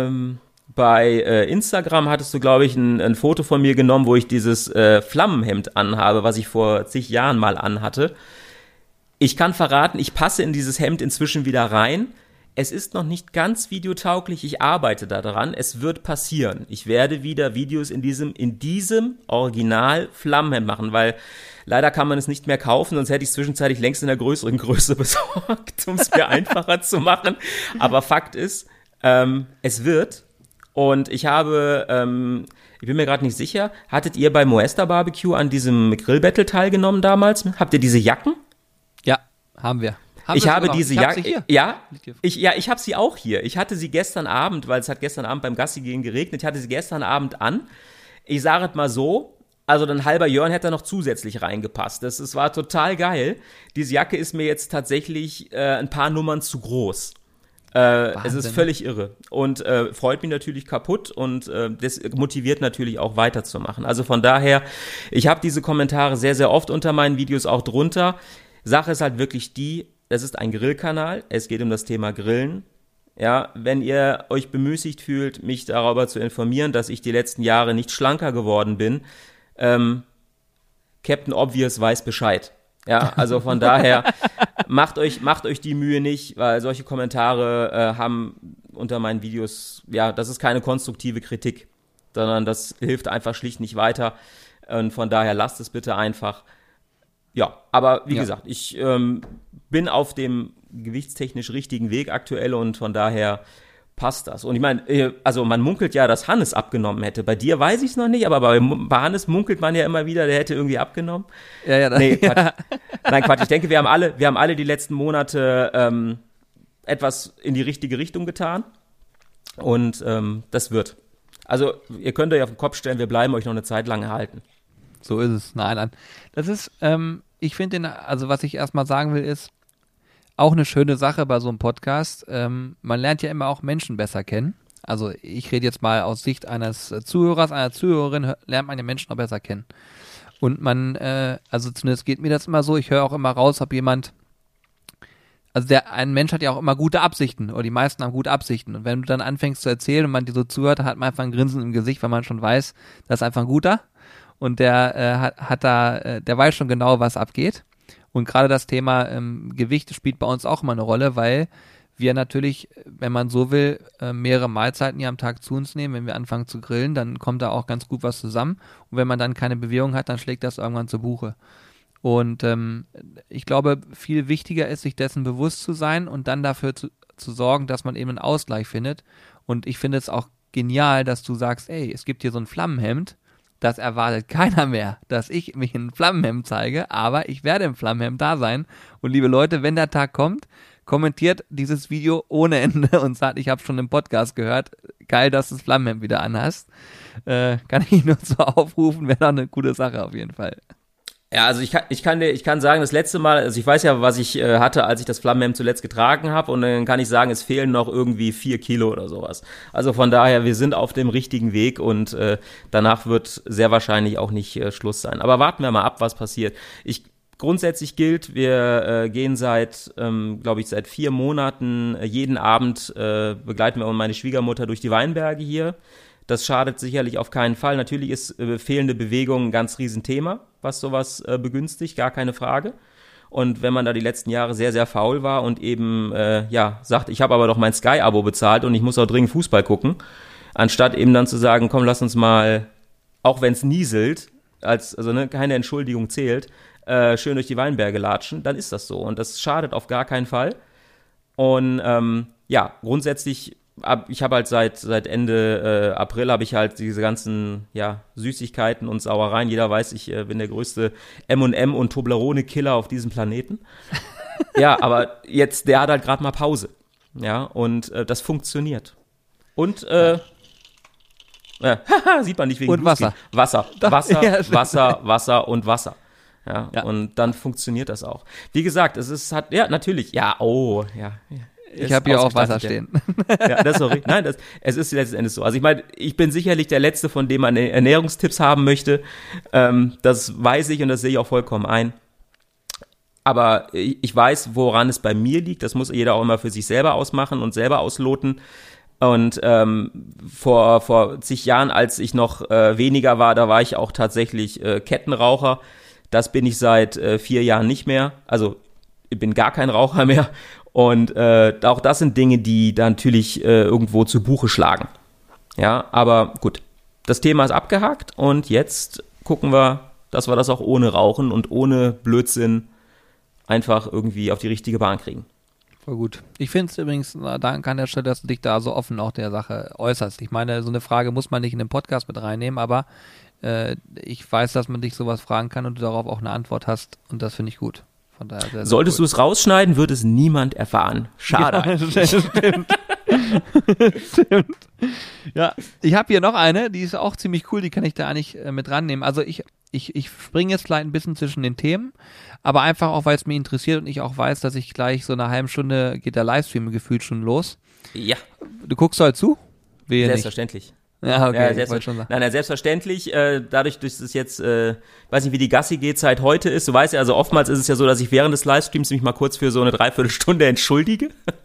bei Instagram hattest du, glaube ich, ein Foto von mir genommen, wo ich dieses Flammenhemd anhabe, was ich vor zig Jahren mal anhatte. Ich kann verraten, ich passe in dieses Hemd inzwischen wieder rein. Es ist noch nicht ganz videotauglich, ich arbeite daran, es wird passieren. Ich werde wieder Videos in diesem Original Flammenhemd machen, weil leider kann man es nicht mehr kaufen, sonst hätte ich es zwischenzeitlich längst in der größeren Größe besorgt, um es mir einfacher zu machen. Aber Fakt ist, es wird. Und ich bin mir gerade nicht sicher, hattet ihr bei Moesta Barbecue an diesem Grillbattle teilgenommen damals? Habt ihr diese Jacken? Ja, haben wir. Ich habe diese Jacke. Ich habe sie auch hier. Ich hatte sie gestern Abend, weil es hat gestern Abend beim Gassi gehen geregnet. Ich hatte sie gestern Abend an. Ich sage es mal so, also ein halber Jörn hätte da noch zusätzlich reingepasst. Das war total geil. Diese Jacke ist mir jetzt tatsächlich ein paar Nummern zu groß. Es ist völlig irre und freut mich natürlich kaputt und das motiviert natürlich auch weiterzumachen. Also von daher, ich habe diese Kommentare sehr, sehr oft unter meinen Videos auch drunter. Sache ist halt wirklich es ist ein Grillkanal, es geht um das Thema Grillen. Ja, wenn ihr euch bemüßigt fühlt, mich darüber zu informieren, dass ich die letzten Jahre nicht schlanker geworden bin, Captain Obvious weiß Bescheid. Ja, also von daher, macht euch die Mühe nicht, weil solche Kommentare haben unter meinen Videos, das ist keine konstruktive Kritik, sondern das hilft einfach schlicht nicht weiter. Und von daher lasst es bitte einfach. Ja, aber wie gesagt, ich bin auf dem gewichtstechnisch richtigen Weg aktuell und von daher passt das. Und ich meine, also man munkelt ja, dass Hannes abgenommen hätte. Bei dir weiß ich es noch nicht, aber bei Hannes munkelt man ja immer wieder, der hätte irgendwie abgenommen. Nee, Quatsch. Nein, Quatsch. Ich denke, wir haben alle die letzten Monate etwas in die richtige Richtung getan und das wird. Also ihr könnt euch auf den Kopf stellen, wir bleiben euch noch eine Zeit lang erhalten. So ist es. Nein. Das ist, ich finde, also was ich erstmal sagen will, ist auch eine schöne Sache bei so einem Podcast. Man lernt ja immer auch Menschen besser kennen. Also ich rede jetzt mal aus Sicht eines Zuhörers, einer Zuhörerin, lernt man den Menschen auch besser kennen. Und also zumindest geht mir das immer so, ich höre auch immer raus, ob jemand, also ein Mensch hat ja auch immer gute Absichten, oder die meisten haben gute Absichten. Und wenn du dann anfängst zu erzählen und man dir so zuhört, dann hat man einfach ein Grinsen im Gesicht, weil man schon weiß, das ist einfach ein guter. Und der der weiß schon genau, was abgeht. Und gerade das Thema Gewicht spielt bei uns auch immer eine Rolle, weil wir natürlich, wenn man so will, mehrere Mahlzeiten hier am Tag zu uns nehmen. Wenn wir anfangen zu grillen, dann kommt da auch ganz gut was zusammen. Und wenn man dann keine Bewegung hat, dann schlägt das irgendwann zu Buche. Und ich glaube, viel wichtiger ist, sich dessen bewusst zu sein und dann dafür zu sorgen, dass man eben einen Ausgleich findet. Und ich finde es auch genial, dass du sagst, ey, es gibt hier so ein Flammenhemd, das erwartet keiner mehr, dass ich mich in Flammenhemd zeige, aber ich werde im Flammenhemd da sein. Und liebe Leute, wenn der Tag kommt, kommentiert dieses Video ohne Ende und sagt, ich habe schon im Podcast gehört, geil, dass du das Flammenhemd wieder anhast. Kann ich nur so aufrufen, wäre doch eine gute Sache auf jeden Fall. Ja, also ich kann sagen, das letzte Mal, also ich weiß ja, was ich hatte, als ich das Flammenhemd zuletzt getragen habe, und dann kann ich sagen, es fehlen noch irgendwie 4 Kilo oder sowas. Also von daher, wir sind auf dem richtigen Weg, und danach wird sehr wahrscheinlich auch nicht Schluss sein. Aber warten wir mal ab, was passiert. Grundsätzlich gilt, wir gehen seit 4 Monaten jeden Abend, begleiten wir meine Schwiegermutter durch die Weinberge hier. Das schadet sicherlich auf keinen Fall. Natürlich ist fehlende Bewegung ein ganz Riesenthema, was sowas begünstigt, gar keine Frage. Und wenn man da die letzten Jahre sehr, sehr faul war und eben sagt, ich habe aber doch mein Sky-Abo bezahlt und ich muss auch dringend Fußball gucken, anstatt eben dann zu sagen, komm, lass uns mal, auch wenn es nieselt, keine Entschuldigung zählt, schön durch die Weinberge latschen, dann ist das so. Und das schadet auf gar keinen Fall. Und grundsätzlich, ich habe halt seit Ende April habe ich halt diese ganzen Süßigkeiten und Sauereien. Jeder weiß, ich bin der größte M&M und Toblerone-Killer auf diesem Planeten. Ja, aber jetzt, der hat halt gerade mal Pause. Ja, und das funktioniert. Und sieht man nicht wegen und Wasser. Wasser und Wasser. Ja, und dann funktioniert das auch. Wie gesagt, natürlich. Ich habe hier auch Wasser stehen. Ja, das ist auch richtig. Nein, es ist letzten Endes so. Also ich meine, ich bin sicherlich der Letzte, von dem man Ernährungstipps haben möchte. Das weiß ich und das sehe ich auch vollkommen ein. Aber ich weiß, woran es bei mir liegt. Das muss jeder auch immer für sich selber ausmachen und selber ausloten. Und vor zig Jahren, als ich noch weniger war, da war ich auch tatsächlich Kettenraucher. Das bin ich seit 4 Jahren nicht mehr. Also ich bin gar kein Raucher mehr. Und auch das sind Dinge, die da natürlich irgendwo zu Buche schlagen. Ja, aber gut. Das Thema ist abgehakt und jetzt gucken wir, dass wir das auch ohne Rauchen und ohne Blödsinn einfach irgendwie auf die richtige Bahn kriegen. Voll gut. Ich finde es übrigens, danke an der Stelle, dass du dich da so offen auch der Sache äußerst. Ich meine, so eine Frage muss man nicht in den Podcast mit reinnehmen, aber ich weiß, dass man dich sowas fragen kann und du darauf auch eine Antwort hast, und das finde ich gut. Von daher sehr, sehr Solltest du es rausschneiden, wird es niemand erfahren. Schade. Ja, stimmt. Stimmt. Ja, ich habe hier noch eine, die ist auch ziemlich cool, die kann ich da eigentlich mit rannehmen. Also ich springe jetzt vielleicht ein bisschen zwischen den Themen, aber einfach auch, weil es mich interessiert und ich auch weiß, dass ich gleich so eine halbe Stunde geht der Livestream gefühlt schon los. Ja. Du guckst halt zu? Wehe Selbstverständlich. Nicht. Ja, okay, selbstverständlich, dadurch, dass es jetzt, weiß nicht, wie die Gassi-Geh-Zeit heute ist, du weißt ja, also oftmals ist es ja so, dass ich während des Livestreams mich mal kurz für so eine Dreiviertelstunde entschuldige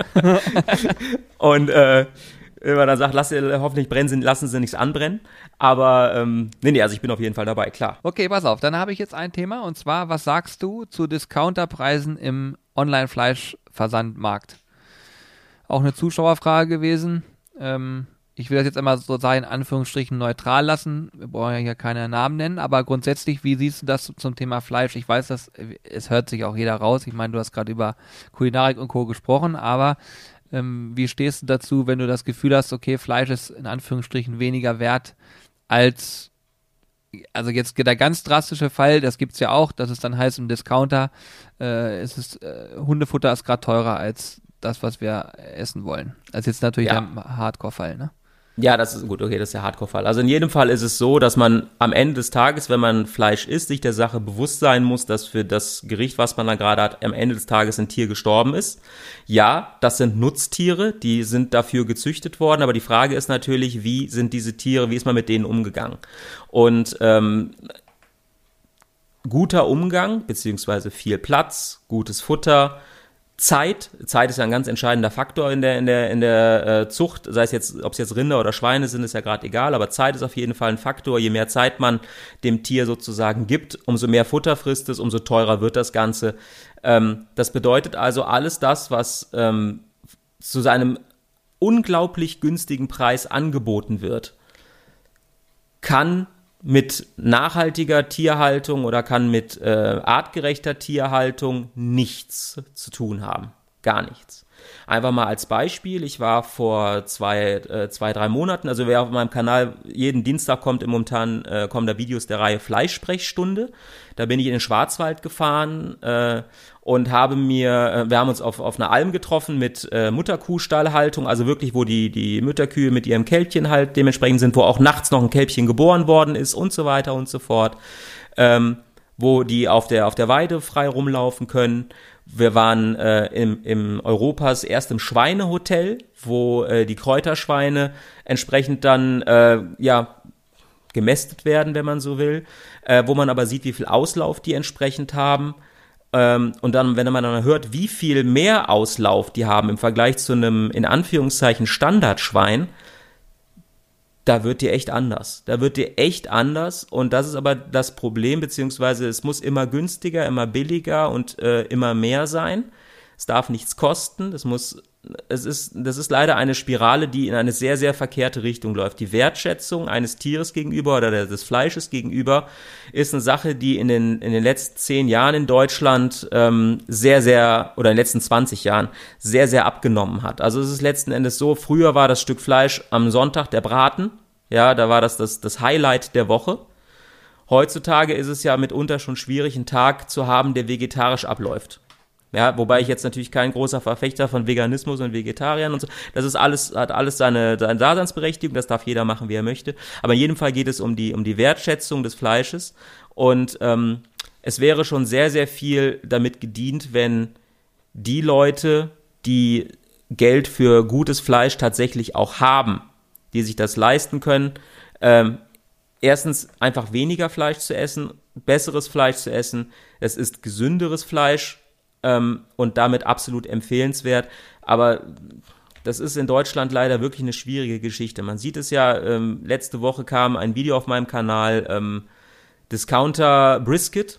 und wenn man dann sagt, hoffentlich lassen sie nichts anbrennen, aber nee, also ich bin auf jeden Fall dabei, klar. Okay, pass auf, dann habe ich jetzt ein Thema, und zwar, was sagst du zu Discounterpreisen im Online-Fleischversandmarkt? Auch eine Zuschauerfrage gewesen. Ich will das jetzt einmal so in Anführungsstrichen neutral lassen. Wir brauchen ja hier keine Namen nennen, aber grundsätzlich, wie siehst du das zum Thema Fleisch? Ich weiß, es hört sich auch jeder raus. Ich meine, du hast gerade über Kulinarik und Co. gesprochen, aber wie stehst du dazu, wenn du das Gefühl hast, okay, Fleisch ist in Anführungsstrichen weniger wert als, also jetzt der ganz drastische Fall, das gibt's ja auch, dass es dann heißt im Discounter, Hundefutter ist gerade teurer als das, was wir essen wollen. Das ist jetzt natürlich ein Hardcore-Fall, ne? Ja, das ist gut, okay, das ist der Hardcore-Fall. Also in jedem Fall ist es so, dass man am Ende des Tages, wenn man Fleisch isst, sich der Sache bewusst sein muss, dass für das Gericht, was man da gerade hat, am Ende des Tages ein Tier gestorben ist. Ja, das sind Nutztiere, die sind dafür gezüchtet worden, aber die Frage ist natürlich, wie sind diese Tiere, wie ist man mit denen umgegangen? Und guter Umgang, beziehungsweise viel Platz, gutes Futter, Zeit ist ja ein ganz entscheidender Faktor in der Zucht, sei es jetzt, ob es jetzt Rinder oder Schweine sind, ist ja gerade egal, aber Zeit ist auf jeden Fall ein Faktor. Je mehr Zeit man dem Tier sozusagen gibt, umso mehr Futter frisst es, umso teurer wird das Ganze. Das bedeutet also, alles das, was zu seinem unglaublich günstigen Preis angeboten wird, kann mit nachhaltiger Tierhaltung oder kann mit artgerechter Tierhaltung nichts zu tun haben. Gar nichts. Einfach mal als Beispiel, ich war vor 3 Monaten, also wer auf meinem Kanal jeden Dienstag kommt, momentan kommen da Videos der Reihe Fleischsprechstunde. Da bin ich in den Schwarzwald gefahren und wir haben uns auf einer Alm getroffen mit Mutterkuhstallhaltung, also wirklich, wo die Mütterkühe mit ihrem Kälbchen halt dementsprechend sind, wo auch nachts noch ein Kälbchen geboren worden ist und so weiter und so fort, wo die auf der Weide frei rumlaufen können. Wir waren im Europas erstem Schweinehotel, wo die Kräuterschweine entsprechend dann gemästet werden, wenn man so will, wo man aber sieht, wie viel Auslauf die entsprechend haben. Und dann, wenn man dann hört, wie viel mehr Auslauf die haben im Vergleich zu einem, in Anführungszeichen, Standardschwein, da wird dir echt anders. Und das ist aber das Problem, beziehungsweise es muss immer günstiger, immer billiger und immer mehr sein. Es darf nichts kosten. Das ist leider eine Spirale, die in eine sehr, sehr verkehrte Richtung läuft. Die Wertschätzung eines Tieres gegenüber oder des Fleisches gegenüber ist eine Sache, die in den letzten 10 Jahren in Deutschland sehr, sehr, oder in den letzten 20 Jahren sehr, sehr abgenommen hat. Also es ist letzten Endes so, früher war das Stück Fleisch am Sonntag der Braten. Ja, da war das Highlight der Woche. Heutzutage ist es ja mitunter schon schwierig, einen Tag zu haben, der vegetarisch abläuft. Ja, wobei ich jetzt natürlich kein großer Verfechter von Veganismus und Vegetariern und so, das ist alles, hat alles seine Daseinsberechtigung, das darf jeder machen, wie er möchte. Aber in jedem Fall geht es um die Wertschätzung des Fleisches und es wäre schon sehr, sehr viel damit gedient, wenn die Leute, die Geld für gutes Fleisch tatsächlich auch haben, die sich das leisten können, erstens einfach weniger Fleisch zu essen, besseres Fleisch zu essen, es ist gesünderes Fleisch, und damit absolut empfehlenswert, aber das ist in Deutschland leider wirklich eine schwierige Geschichte. Man sieht es ja, letzte Woche kam ein Video auf meinem Kanal, Discounter Brisket,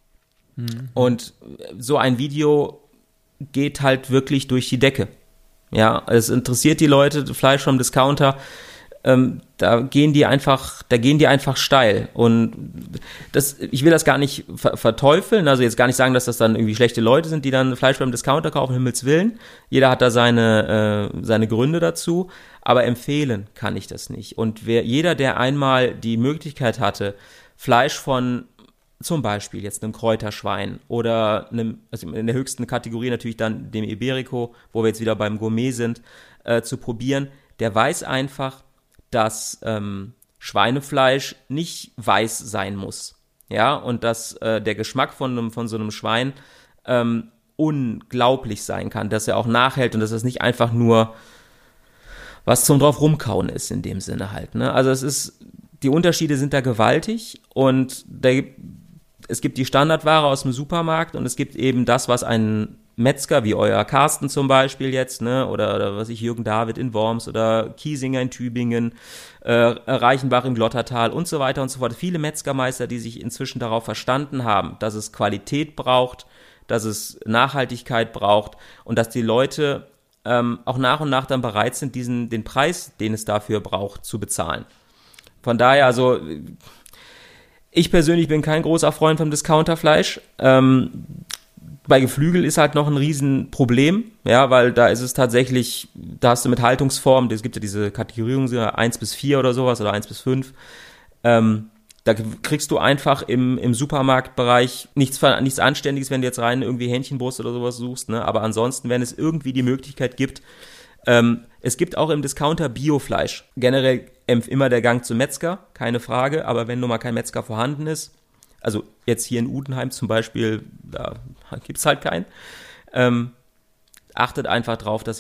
und so ein Video geht halt wirklich durch die Decke. Ja, es interessiert die Leute, Fleisch vom Discounter, da gehen die einfach steil. Und ich will das gar nicht verteufeln, also jetzt gar nicht sagen, dass das dann irgendwie schlechte Leute sind, die dann Fleisch beim Discounter kaufen, um Himmels Willen. Jeder hat da seine Gründe dazu, aber empfehlen kann ich das nicht. Und jeder, der einmal die Möglichkeit hatte, Fleisch von zum Beispiel jetzt einem Kräuterschwein oder also in der höchsten Kategorie natürlich dann dem Iberico, wo wir jetzt wieder beim Gourmet sind, zu probieren, der weiß einfach, dass Schweinefleisch nicht weiß sein muss, ja, und dass der Geschmack von so einem Schwein unglaublich sein kann, dass er auch nachhält und dass es nicht einfach nur was zum drauf rumkauen ist in dem Sinne halt, ne? Also die Unterschiede sind da gewaltig und es gibt die Standardware aus dem Supermarkt und es gibt eben das, was ein Metzger wie euer Carsten zum Beispiel jetzt, ne, oder was ich, Jürgen David in Worms oder Kiesinger in Tübingen, Reichenbach im Glottertal und so weiter und so fort. Viele Metzgermeister, die sich inzwischen darauf verstanden haben, dass es Qualität braucht, dass es Nachhaltigkeit braucht und dass die Leute auch nach und nach dann bereit sind, den Preis, den es dafür braucht, zu bezahlen. Von daher, also ich persönlich bin kein großer Freund vom Discounterfleisch. Bei Geflügel ist halt noch ein Riesenproblem, ja, weil da ist es tatsächlich, da hast du mit Haltungsformen, es gibt ja diese Kategorierung 1-4 oder sowas oder 1-5, da kriegst du einfach im Supermarktbereich nichts Anständiges, wenn du jetzt rein irgendwie Hähnchenbrust oder sowas suchst, ne, aber ansonsten, wenn es irgendwie die Möglichkeit gibt, es gibt auch im Discounter Biofleisch, generell immer der Gang zum Metzger, keine Frage, aber wenn nun mal kein Metzger vorhanden ist, also jetzt hier in Udenheim zum Beispiel, da gibt's halt keinen. Achtet einfach drauf, dass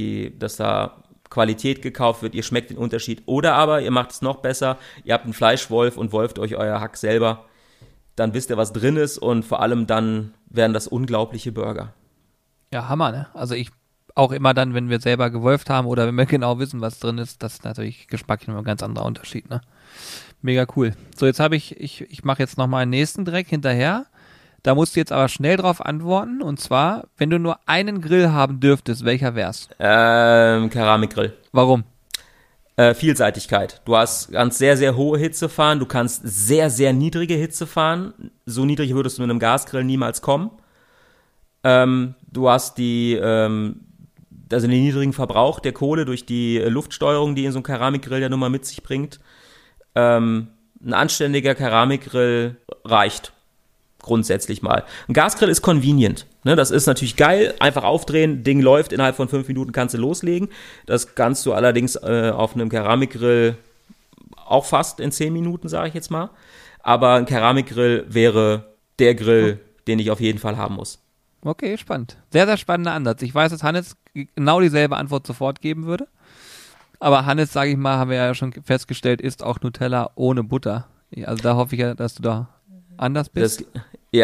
da Qualität gekauft wird, ihr schmeckt den Unterschied. Oder aber ihr macht es noch besser, ihr habt einen Fleischwolf und wolft euch euer Hack selber. Dann wisst ihr, was drin ist und vor allem dann werden das unglaubliche Burger. Ja, Hammer, ne? Also ich auch immer dann, wenn wir selber gewolft haben oder wenn wir genau wissen, was drin ist, das ist natürlich geschmacklich immer ein ganz anderer Unterschied, ne? Mega cool. So, jetzt habe ich mache jetzt nochmal einen nächsten direkt hinterher. Da musst du jetzt aber schnell drauf antworten. Und zwar, wenn du nur einen Grill haben dürftest, welcher wär's? Keramikgrill. Warum? Vielseitigkeit. Du kannst sehr, sehr hohe Hitze fahren. Du kannst sehr, sehr niedrige Hitze fahren. So niedrig würdest du mit einem Gasgrill niemals kommen. Du hast also den niedrigen Verbrauch der Kohle durch die Luftsteuerung, die in so einem Keramikgrill ja nun mal mit sich bringt. Ein anständiger Keramikgrill reicht grundsätzlich mal. Ein Gasgrill ist convenient. Ne? Das ist natürlich geil. Einfach aufdrehen, Ding läuft, innerhalb von 5 Minuten kannst du loslegen. Das kannst du allerdings auf einem Keramikgrill auch fast in 10 Minuten, sage ich jetzt mal. Aber ein Keramikgrill wäre der Grill, den ich auf jeden Fall haben muss. Okay, spannend. Sehr, sehr spannender Ansatz. Ich weiß, dass Hannes genau dieselbe Antwort sofort geben würde. Aber Hannes, sage ich mal, haben wir ja schon festgestellt, isst auch Nutella ohne Butter. Also da hoffe ich ja, dass du da anders bist. Die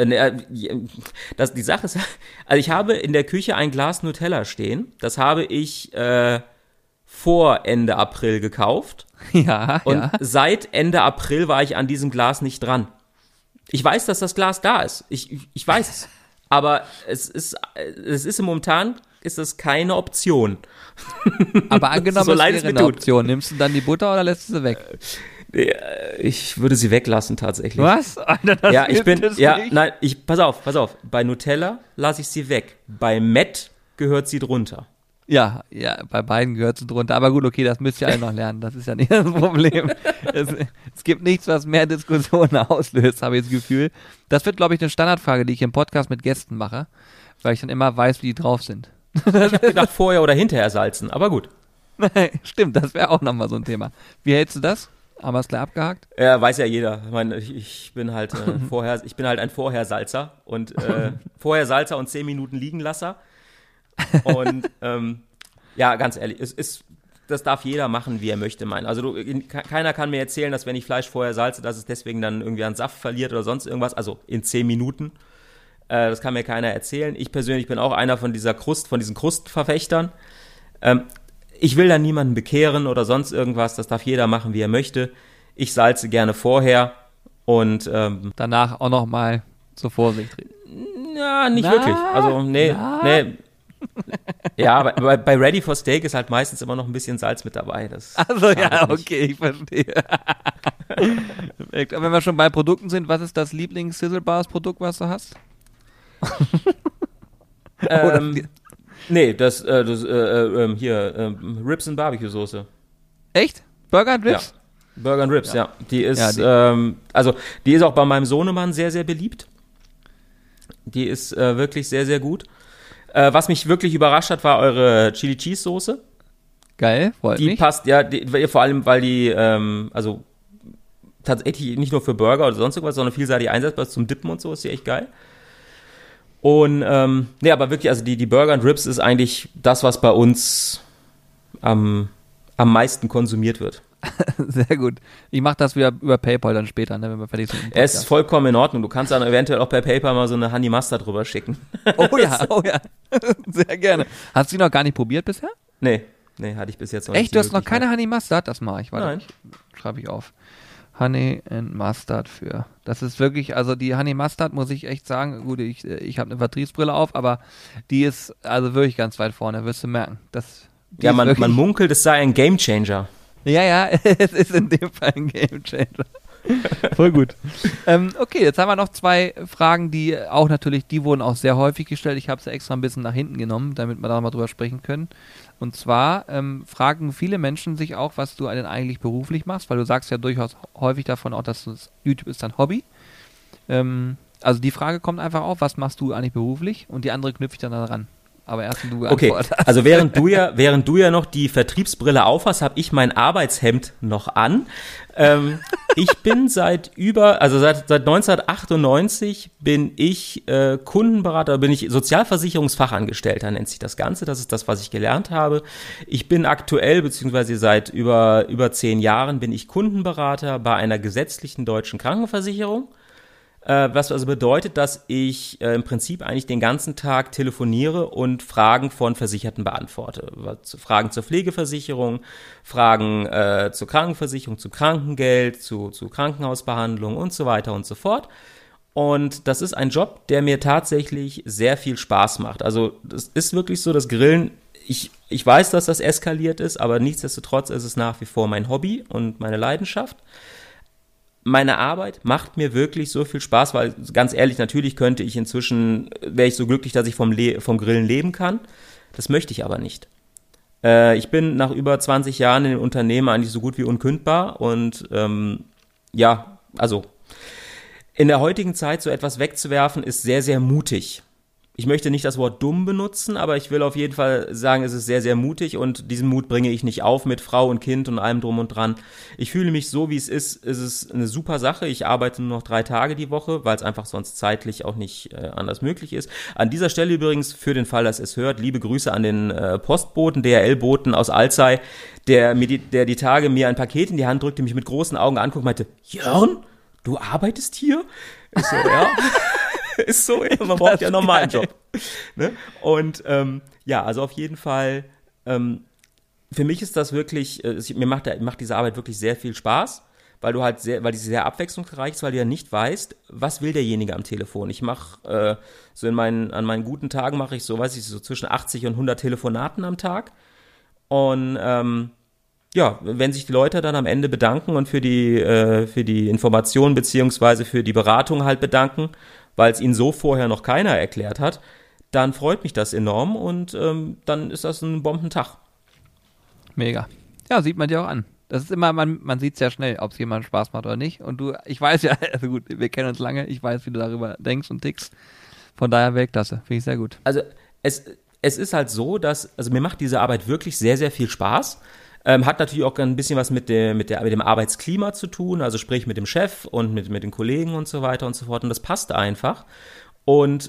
Sache ist, also ich habe in der Küche ein Glas Nutella stehen. Das habe ich vor Ende April gekauft. Ja, und seit Ende April war ich an diesem Glas nicht dran. Ich weiß, dass das Glas da ist. Ich weiß es. Aber es ist momentan ist das keine Option. Aber angenommen, so es leid wäre eine Option. Nimmst du dann die Butter oder lässt du sie weg? Ich würde sie weglassen tatsächlich. Was? Alter, das pass auf. Bei Nutella lasse ich sie weg. Bei Met gehört sie drunter. Ja, bei beiden gehört sie drunter. Aber gut, okay, das müsst ihr alle noch lernen. Das ist ja nicht das Problem. Es gibt nichts, was mehr Diskussionen auslöst, habe ich das Gefühl. Das wird, glaube ich, eine Standardfrage, die ich im Podcast mit Gästen mache, weil ich dann immer weiß, wie die drauf sind. Ich habe gedacht, vorher oder hinterher salzen, aber gut. Stimmt, das wäre auch nochmal so ein Thema. Wie hältst du das? Haben wir es gleich abgehakt? Ja, weiß ja jeder. Ich meine, ich bin halt ein Vorhersalzer und Vorhersalzer und 10 Minuten Liegenlasser. Und ja, ganz ehrlich, das darf jeder machen, wie er möchte, meinen. Also keiner kann mir erzählen, dass wenn ich Fleisch vorher salze, dass es deswegen dann irgendwie an Saft verliert oder sonst irgendwas. Also in 10 Minuten. Das kann mir keiner erzählen. Ich persönlich bin auch einer von diesen Krustenverfechtern. Ich will da niemanden bekehren oder sonst irgendwas. Das darf jeder machen, wie er möchte. Ich salze gerne vorher und danach auch noch mal zur Vorsicht reden. Ja, nicht wirklich. Also, nee. Ja, aber bei Ready for Steak ist halt meistens immer noch ein bisschen Salz mit dabei. Also ja, okay, ich verstehe. Wenn wir schon bei Produkten sind, was ist das Lieblings-Sizzle-Bars-Produkt, was du hast? Ribs und Barbecue-Soße. Echt? Burger and Ribs? Ja. Burger and Ribs, ja. Die ist, die ist auch bei meinem Sohnemann sehr, sehr beliebt. Die ist wirklich sehr, sehr gut. Was mich wirklich überrascht hat, war eure Chili Cheese Soße. Geil, freut mich. Die passt, ja, vor allem, weil die, tatsächlich nicht nur für Burger oder sonst irgendwas, sondern vielseitig einsetzbar ist zum Dippen und so, ist die echt geil. Und, aber wirklich, also die Burger and Ribs ist eigentlich das, was bei uns am meisten konsumiert wird. Sehr gut. Ich mache das wieder über PayPal dann später, ne, wenn wir fertig sind. Es ist vollkommen in Ordnung. Du kannst dann eventuell auch per PayPal mal so eine Honey Mustard drüber schicken. Oh ja. Sehr gerne. Hast du die noch gar nicht probiert bisher? Nee, hatte ich bis jetzt noch nicht. Echt? Du hast noch keine Honey Mustard? Das mache ich. Nein. Schreibe ich auf. Honey and Mustard für. Das ist wirklich, also die Honey Mustard muss ich echt sagen, gut, ich habe eine Vertriebsbrille auf, aber die ist also wirklich ganz weit vorne, wirst du merken. Man munkelt, es sei ein Gamechanger. Ja, es ist in dem Fall ein Gamechanger. Voll gut. Okay, jetzt haben wir noch 2 Fragen, die wurden auch sehr häufig gestellt. Ich habe sie extra ein bisschen nach hinten genommen, damit wir da mal drüber sprechen können. Und zwar fragen viele Menschen sich auch, was du denn eigentlich beruflich machst, weil du sagst ja durchaus häufig davon auch, dass YouTube ist dein Hobby. Also die Frage kommt einfach auf, was machst du eigentlich beruflich? Und die andere knüpfe ich dann daran. Aber erst du geantwortet hast. Also während du ja noch die Vertriebsbrille aufhast, habe ich mein Arbeitshemd noch an. Ich bin seit 1998 bin ich Kundenberater, bin ich Sozialversicherungsfachangestellter, nennt sich das Ganze. Das ist das, was ich gelernt habe. Ich bin aktuell, beziehungsweise seit über 10 Jahren bin ich Kundenberater bei einer gesetzlichen deutschen Krankenversicherung. Was also bedeutet, dass ich im Prinzip eigentlich den ganzen Tag telefoniere und Fragen von Versicherten beantworte. Fragen zur Pflegeversicherung, Fragen zur Krankenversicherung, zu Krankengeld, zu Krankenhausbehandlung und so weiter und so fort. Und das ist ein Job, der mir tatsächlich sehr viel Spaß macht. Also das ist wirklich so, das Grillen, ich weiß, dass das eskaliert ist, aber nichtsdestotrotz ist es nach wie vor mein Hobby und meine Leidenschaft. Meine Arbeit macht mir wirklich so viel Spaß, weil ganz ehrlich, natürlich wäre ich so glücklich, dass ich vom Grillen leben kann. Das möchte ich aber nicht. Ich bin nach über 20 Jahren in dem Unternehmen eigentlich so gut wie unkündbar und also in der heutigen Zeit so etwas wegzuwerfen ist sehr, sehr mutig. Ich möchte nicht das Wort dumm benutzen, aber ich will auf jeden Fall sagen, es ist sehr, sehr mutig und diesen Mut bringe ich nicht auf mit Frau und Kind und allem drum und dran. Ich fühle mich so, wie es ist eine super Sache. Ich arbeite nur noch 3 Tage die Woche, weil es einfach sonst zeitlich auch nicht anders möglich ist. An dieser Stelle übrigens, für den Fall, dass es hört, liebe Grüße an den Postboten, DHL-Boten aus Alzey, der die Tage mir ein Paket in die Hand drückte, mich mit großen Augen anguckt und meinte, Jörn, du arbeitest hier? Ich so, ja. Ist so, man braucht ja einen normalen Job. Ne? Und also auf jeden Fall, für mich ist das wirklich, mir macht diese Arbeit wirklich sehr viel Spaß, weil die sehr abwechslungsreich ist, weil du ja nicht weißt, was will derjenige am Telefon. Ich mache an meinen guten Tagen mache ich so zwischen 80 und 100 Telefonaten am Tag. Und wenn sich die Leute dann am Ende bedanken und für die Information beziehungsweise für die Beratung halt bedanken, weil es ihnen so vorher noch keiner erklärt hat, dann freut mich das enorm und dann ist das ein Bombentag. Mega. Ja, sieht man dir auch an. Das ist immer, man sieht sehr schnell, ob es jemandem Spaß macht oder nicht. Und ich weiß ja, also gut, wir kennen uns lange, ich weiß, wie du darüber denkst und tickst. Von daher Weltklasse, finde ich sehr gut. Also es ist halt so, also mir macht diese Arbeit wirklich sehr, sehr viel Spaß. Hat natürlich auch ein bisschen was mit dem Arbeitsklima zu tun, also sprich mit dem Chef und mit den Kollegen und so weiter und so fort. Und das passt einfach. Und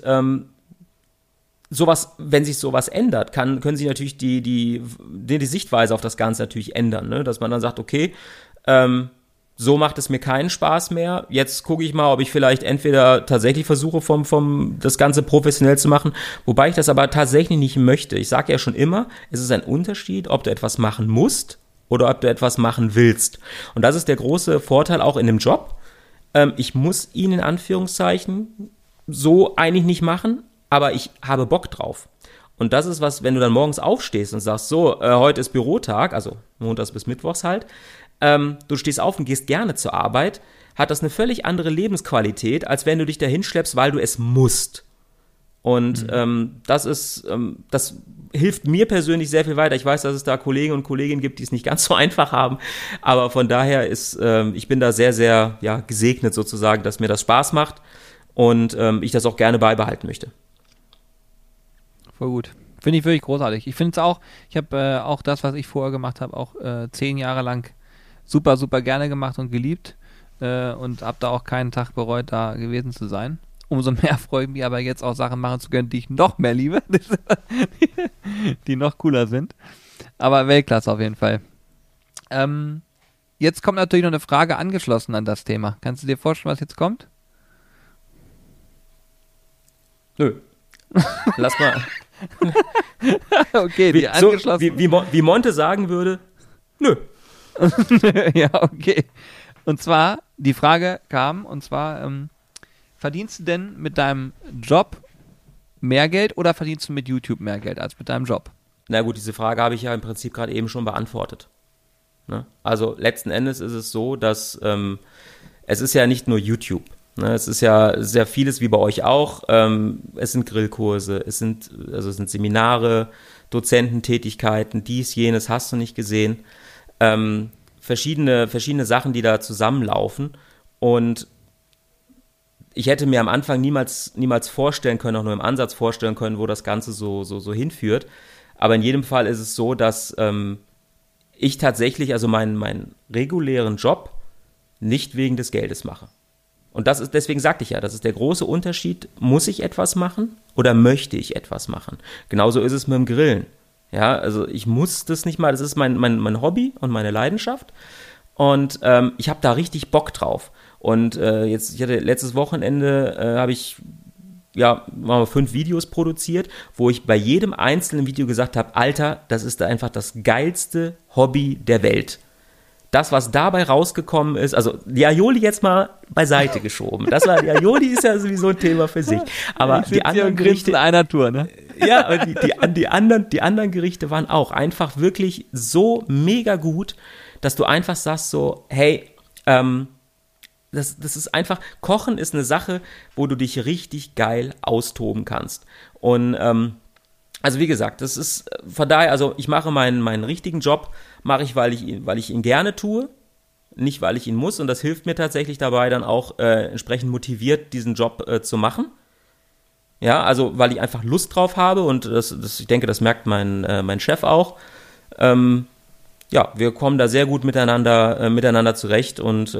wenn sich sowas ändert, können sich natürlich die Sichtweise auf das Ganze natürlich ändern, ne? Dass man dann sagt, okay, so macht es mir keinen Spaß mehr. Jetzt gucke ich mal, ob ich vielleicht entweder tatsächlich versuche, das Ganze professionell zu machen, wobei ich das aber tatsächlich nicht möchte. Ich sage ja schon immer, es ist ein Unterschied, ob du etwas machen musst oder ob du etwas machen willst. Und das ist der große Vorteil auch in dem Job. Ich muss ihn in Anführungszeichen so eigentlich nicht machen, aber ich habe Bock drauf. Und das ist was, wenn du dann morgens aufstehst und sagst, so, heute ist Bürotag, also montags bis mittwochs halt, du stehst auf und gehst gerne zur Arbeit, hat das eine völlig andere Lebensqualität, als wenn du dich da hinschleppst, weil du es musst. Und das hilft mir persönlich sehr viel weiter. Ich weiß, dass es da Kollegen und Kolleginnen gibt, die es nicht ganz so einfach haben, aber von daher ich bin da sehr, sehr gesegnet sozusagen, dass mir das Spaß macht und ich das auch gerne beibehalten möchte. Voll gut. Finde ich wirklich großartig. Ich finde es auch, ich habe auch das, was ich vorher gemacht habe, auch 10 Jahre lang super, super gerne gemacht und geliebt und habe da auch keinen Tag bereut, da gewesen zu sein. Umso mehr freue ich mich aber jetzt auch Sachen machen zu können, die ich noch mehr liebe, die noch cooler sind. Aber Weltklasse auf jeden Fall. Jetzt kommt natürlich noch eine Frage angeschlossen an das Thema. Kannst du dir vorstellen, was jetzt kommt? Nö. Lass mal. Okay, die angeschlossen. Wie Monte sagen würde, nö. Ja, okay. Und zwar, die Frage kam, und zwar, verdienst du denn mit deinem Job mehr Geld oder verdienst du mit YouTube mehr Geld als mit deinem Job? Na gut, diese Frage habe ich ja im Prinzip gerade eben schon beantwortet. Ne? Also letzten Endes ist es so, dass es ist ja nicht nur YouTube. Ne? Es ist ja sehr vieles wie bei euch auch. Es sind Grillkurse, es sind Seminare, Dozententätigkeiten, dies, jenes, hast du nicht gesehen. Verschiedene Sachen, die da zusammenlaufen, und ich hätte mir am Anfang niemals vorstellen können, auch nur im Ansatz vorstellen können, wo das Ganze so hinführt, aber in jedem Fall ist es so, dass ich tatsächlich also meinen regulären Job nicht wegen des Geldes mache. Und deswegen sagte ich ja, das ist der große Unterschied, muss ich etwas machen oder möchte ich etwas machen? Genauso ist es mit dem Grillen. Ja, also ich muss das nicht mal, das ist mein Hobby und meine Leidenschaft und ich habe da richtig Bock drauf. Und ich hatte letztes Wochenende, habe ich 5 Videos produziert, wo ich bei jedem einzelnen Video gesagt habe, Alter, das ist einfach das geilste Hobby der Welt. Das, was dabei rausgekommen ist, also die Aioli jetzt mal beiseite geschoben. Die Aioli ist ja sowieso ein Thema für sich. Aber die anderen Gerichte in einer Tour, ne? Ja, aber die anderen Gerichte waren auch einfach wirklich so mega gut, dass du einfach sagst so, hey, das ist einfach, Kochen ist eine Sache, wo du dich richtig geil austoben kannst. Und Also wie gesagt, das ist von daher, also ich mache meinen richtigen Job, mache ich, weil ich ihn gerne tue, nicht weil ich ihn muss, und das hilft mir tatsächlich dabei, dann auch entsprechend motiviert diesen Job zu machen. Ja, also weil ich einfach Lust drauf habe, und ich denke, das merkt mein Chef auch. Ja, wir kommen da sehr gut miteinander zurecht, und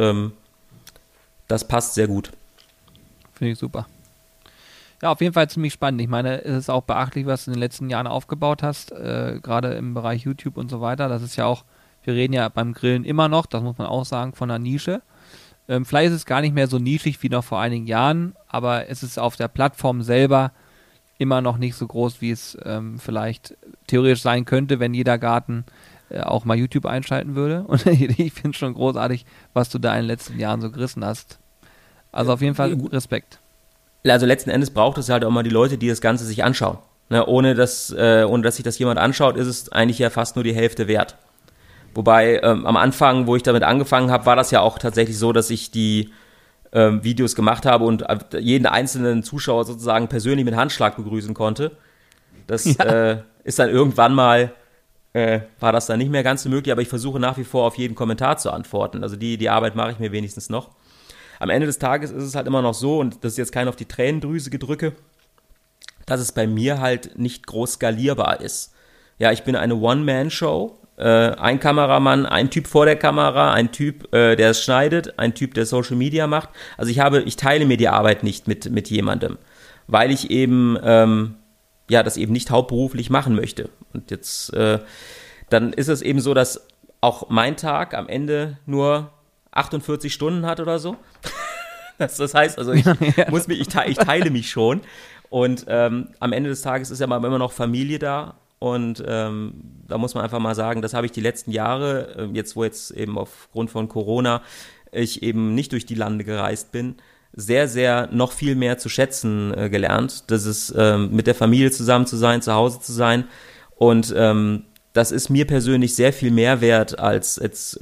das passt sehr gut. Finde ich super. Ja, auf jeden Fall ziemlich spannend. Ich meine, es ist auch beachtlich, was du in den letzten Jahren aufgebaut hast, gerade im Bereich YouTube und so weiter. Das ist ja auch, wir reden ja beim Grillen immer noch, das muss man auch sagen, von einer Nische. Vielleicht ist es gar nicht mehr so nischig wie noch vor einigen Jahren, aber es ist auf der Plattform selber immer noch nicht so groß, wie es vielleicht theoretisch sein könnte, wenn jeder Garten auch mal YouTube einschalten würde. Und ich finde es schon großartig, was du da in den letzten Jahren so gerissen hast. Also auf jeden Fall Respekt. Also letzten Endes braucht es halt auch mal die Leute, die das Ganze sich anschauen. Ne, ohne dass sich das jemand anschaut, ist es eigentlich ja fast nur die Hälfte wert. Wobei am Anfang, wo ich damit angefangen habe, war das ja auch tatsächlich so, dass ich die Videos gemacht habe und jeden einzelnen Zuschauer sozusagen persönlich mit Handschlag begrüßen konnte. Das ist dann irgendwann mal, war das dann nicht mehr ganz so möglich, aber ich versuche nach wie vor auf jeden Kommentar zu antworten. Also die Arbeit mache ich mir wenigstens noch. Am Ende des Tages ist es halt immer noch so, und das ist jetzt kein auf die Tränendrüse gedrücke, dass es bei mir halt nicht groß skalierbar ist. Ja, ich bin eine One-Man-Show, ein Kameramann, ein Typ vor der Kamera, ein Typ, der es schneidet, ein Typ, der Social Media macht. Also ich teile mir die Arbeit nicht mit jemandem, weil ich eben, das eben nicht hauptberuflich machen möchte. Und jetzt, dann ist es eben so, dass auch mein Tag am Ende nur 48 Stunden hat oder so. Das heißt, also ich teile mich schon. Und am Ende des Tages ist ja mal immer noch Familie da. Und da muss man einfach mal sagen, das habe ich die letzten Jahre, wo jetzt eben aufgrund von Corona ich eben nicht durch die Lande gereist bin, sehr, sehr noch viel mehr zu schätzen gelernt. Das ist mit der Familie zusammen zu sein, zu Hause zu sein. Und das ist mir persönlich sehr viel mehr wert, als jetzt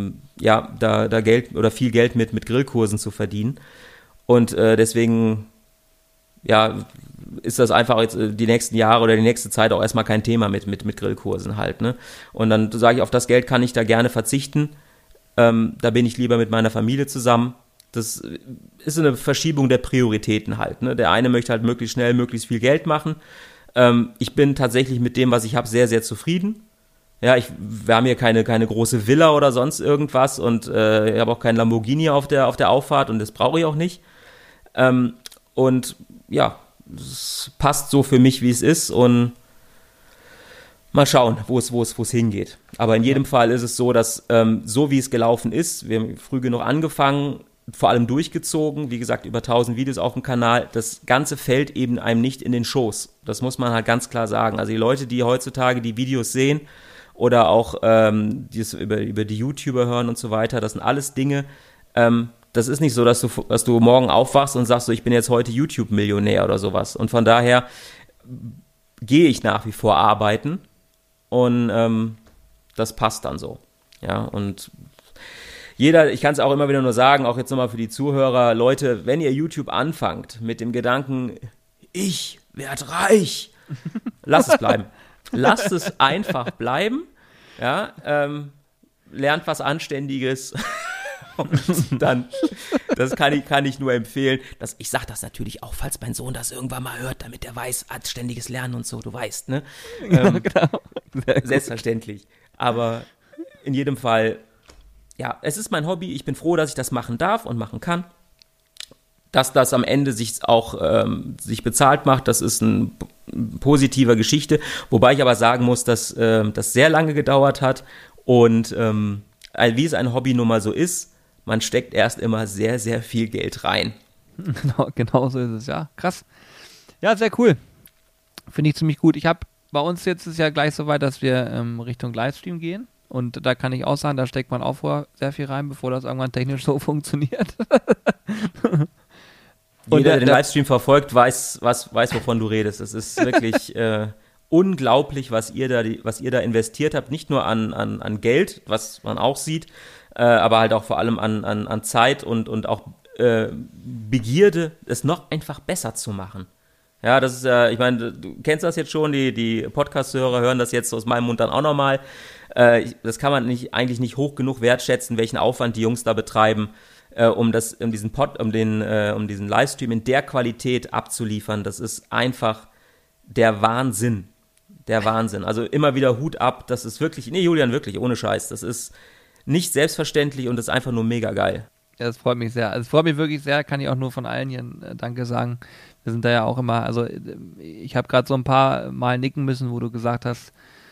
da Geld oder viel Geld mit Grillkursen zu verdienen. Und deswegen ist das einfach jetzt die nächsten Jahre oder die nächste Zeit auch erstmal kein Thema mit Grillkursen halt, ne? Und dann sage ich, auf das Geld kann ich da gerne verzichten. Da bin ich lieber mit meiner Familie zusammen. Das ist eine Verschiebung der Prioritäten halt, ne? Der eine möchte halt möglichst schnell möglichst viel Geld machen. Ich bin tatsächlich mit dem, was ich habe, sehr, sehr zufrieden. Ja, wir haben hier keine große Villa oder sonst irgendwas, und ich habe auch kein Lamborghini auf der Auffahrt, und das brauche ich auch nicht. Und ja, es passt so für mich, wie es ist, und mal schauen, wo es hingeht. Aber in jedem Fall ist es so, dass so wie es gelaufen ist, wir haben früh genug angefangen, vor allem durchgezogen, wie gesagt, über 1000 Videos auf dem Kanal, das Ganze fällt eben einem nicht in den Schoß. Das muss man halt ganz klar sagen. Also die Leute, die heutzutage die Videos sehen oder auch die es über die YouTuber hören und so weiter, das sind alles Dinge, das ist nicht so, dass du morgen aufwachst und sagst so, ich bin jetzt heute YouTube-Millionär oder sowas. Und von daher gehe ich nach wie vor arbeiten, und das passt dann so. Ja, und ich kann es auch immer wieder nur sagen, auch jetzt nochmal für die Zuhörer, Leute, wenn ihr YouTube anfangt mit dem Gedanken, ich werde reich, lasst es bleiben. Lasst es einfach bleiben. Ja, lernt was Anständiges. Und dann, das kann ich nur empfehlen. Ich sage das natürlich auch, falls mein Sohn das irgendwann mal hört, damit er weiß, anständiges Lernen und so, du weißt, ne? Genau. Selbstverständlich. Aber in jedem Fall, ja, es ist mein Hobby. Ich bin froh, dass ich das machen darf und machen kann. Dass das am Ende sich sich bezahlt macht, das ist eine positive Geschichte. Wobei ich aber sagen muss, dass das sehr lange gedauert hat. Und wie es ein Hobby nun mal so ist, man steckt erst immer sehr, sehr viel Geld rein. Genau so ist es, ja. Krass. Ja, sehr cool. Finde ich ziemlich gut. Bei uns jetzt ist ja gleich so weit, dass wir Richtung Livestream gehen. Und da kann ich auch sagen, da steckt man auch vorher sehr viel rein, bevor das irgendwann technisch so funktioniert. Jeder, der den Livestream verfolgt, weiß, wovon du redest. Es ist wirklich unglaublich, was ihr da investiert habt. Nicht nur an Geld, was man auch sieht, aber halt auch vor allem an Zeit und auch Begierde, es noch einfach besser zu machen. Ja, das ist ja, ich meine, du kennst das jetzt schon, die Podcast-Hörer hören das jetzt aus meinem Mund dann auch nochmal. Das kann man eigentlich nicht hoch genug wertschätzen, welchen Aufwand die Jungs da betreiben, um diesen Livestream in der Qualität abzuliefern. Das ist einfach der Wahnsinn. Der Wahnsinn. Also immer wieder Hut ab. Das ist wirklich, nee, Julian, wirklich, ohne Scheiß. Das ist nicht selbstverständlich und das ist einfach nur mega geil. Ja, das freut mich sehr. Also es freut mich wirklich sehr, kann ich auch nur von allen hier Danke sagen. Wir sind da ja auch immer, also ich habe gerade so ein paar Mal nicken müssen, wo du gesagt hast,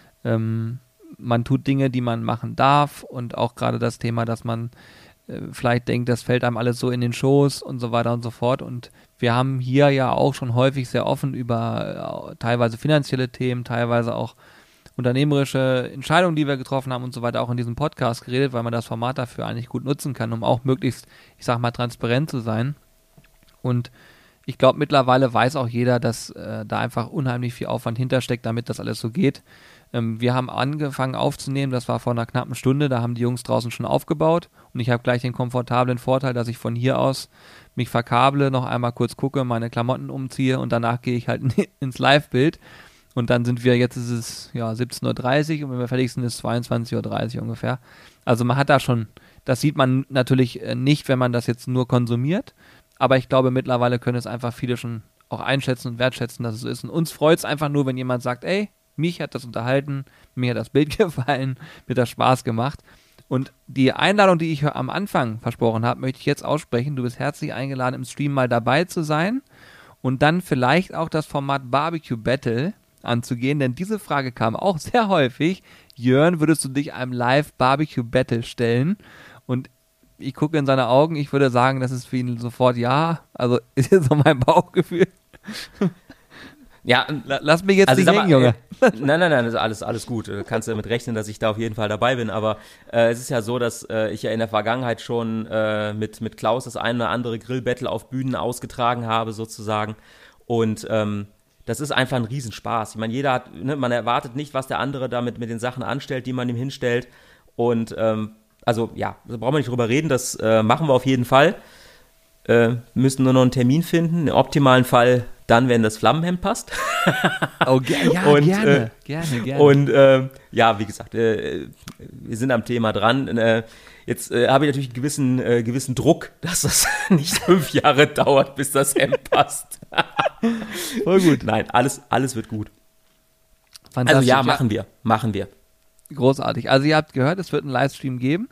man tut Dinge, die man machen darf und auch gerade das Thema, dass man vielleicht denkt, das fällt einem alles so in den Schoß und so weiter und so fort. Und wir haben hier ja auch schon häufig sehr offen über teilweise finanzielle Themen, teilweise auch unternehmerische Entscheidungen, die wir getroffen haben und so weiter, auch in diesem Podcast geredet, weil man das Format dafür eigentlich gut nutzen kann, um auch möglichst, ich sag mal, transparent zu sein. Und ich glaube, mittlerweile weiß auch jeder, dass da einfach unheimlich viel Aufwand hintersteckt, damit das alles so geht. Wir haben angefangen aufzunehmen, das war vor einer knappen Stunde, da haben die Jungs draußen schon aufgebaut und ich habe gleich den komfortablen Vorteil, dass ich von hier aus mich verkable, noch einmal kurz gucke, meine Klamotten umziehe und danach gehe ich halt ins Live-Bild und dann sind wir, jetzt ist es ja 17:30 Uhr und wenn wir fertig sind, ist es 22:30 Uhr ungefähr. Also man hat da schon, das sieht man natürlich nicht, wenn man das jetzt nur konsumiert, aber ich glaube, mittlerweile können es einfach viele schon auch einschätzen und wertschätzen, dass es so ist. Und uns freut es einfach nur, wenn jemand sagt, ey, mich hat das unterhalten, mir hat das Bild gefallen, mir hat das Spaß gemacht. Und die Einladung, die ich am Anfang versprochen habe, möchte ich jetzt aussprechen. Du bist herzlich eingeladen, im Stream mal dabei zu sein und dann vielleicht auch das Format Barbecue Battle anzugehen, denn diese Frage kam auch sehr häufig. Jörn, würdest du dich einem Live-Barbecue Battle stellen? Und ich gucke in seine Augen, ich würde sagen, das ist für ihn sofort ja. Also ist jetzt so mein Bauchgefühl. Ja, lass mich jetzt also nicht hängen, Junge. Nein, alles gut. Du kannst damit rechnen, dass ich da auf jeden Fall dabei bin. Aber es ist ja so, dass ich ja in der Vergangenheit schon mit Klaus das eine oder andere Grill-Battle auf Bühnen ausgetragen habe, sozusagen. Und das ist einfach ein Riesenspaß. Ich meine, jeder hat, man erwartet nicht, was der andere damit mit den Sachen anstellt, die man ihm hinstellt. Und also ja, da brauchen wir nicht drüber reden. Das machen wir auf jeden Fall. Müssen nur noch einen Termin finden. Im optimalen Fall dann, wenn das Flammenhemd passt. Oh, ja, und, gerne. Und ja, wie gesagt, wir sind am Thema dran. Jetzt habe ich natürlich einen gewissen Druck, dass das nicht 5 Jahre dauert, bis das Hemd passt. Voll gut. Nein, alles wird gut. Also ja, machen wir. Großartig. Also ihr habt gehört, es wird einen Livestream geben.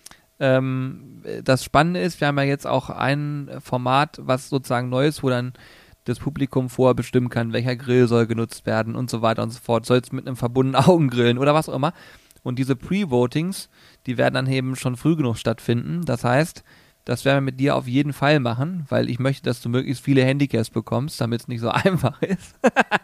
Das Spannende ist, wir haben ja jetzt auch ein Format, was sozusagen neu ist, wo dann das Publikum vorher bestimmen kann, welcher Grill soll genutzt werden und so weiter und so fort. Soll es mit einem verbundenen Augen grillen oder was auch immer. Und diese Pre-Votings, die werden dann eben schon früh genug stattfinden. Das heißt, das werden wir mit dir auf jeden Fall machen, weil ich möchte, dass du möglichst viele Handicaps bekommst, damit es nicht so einfach ist.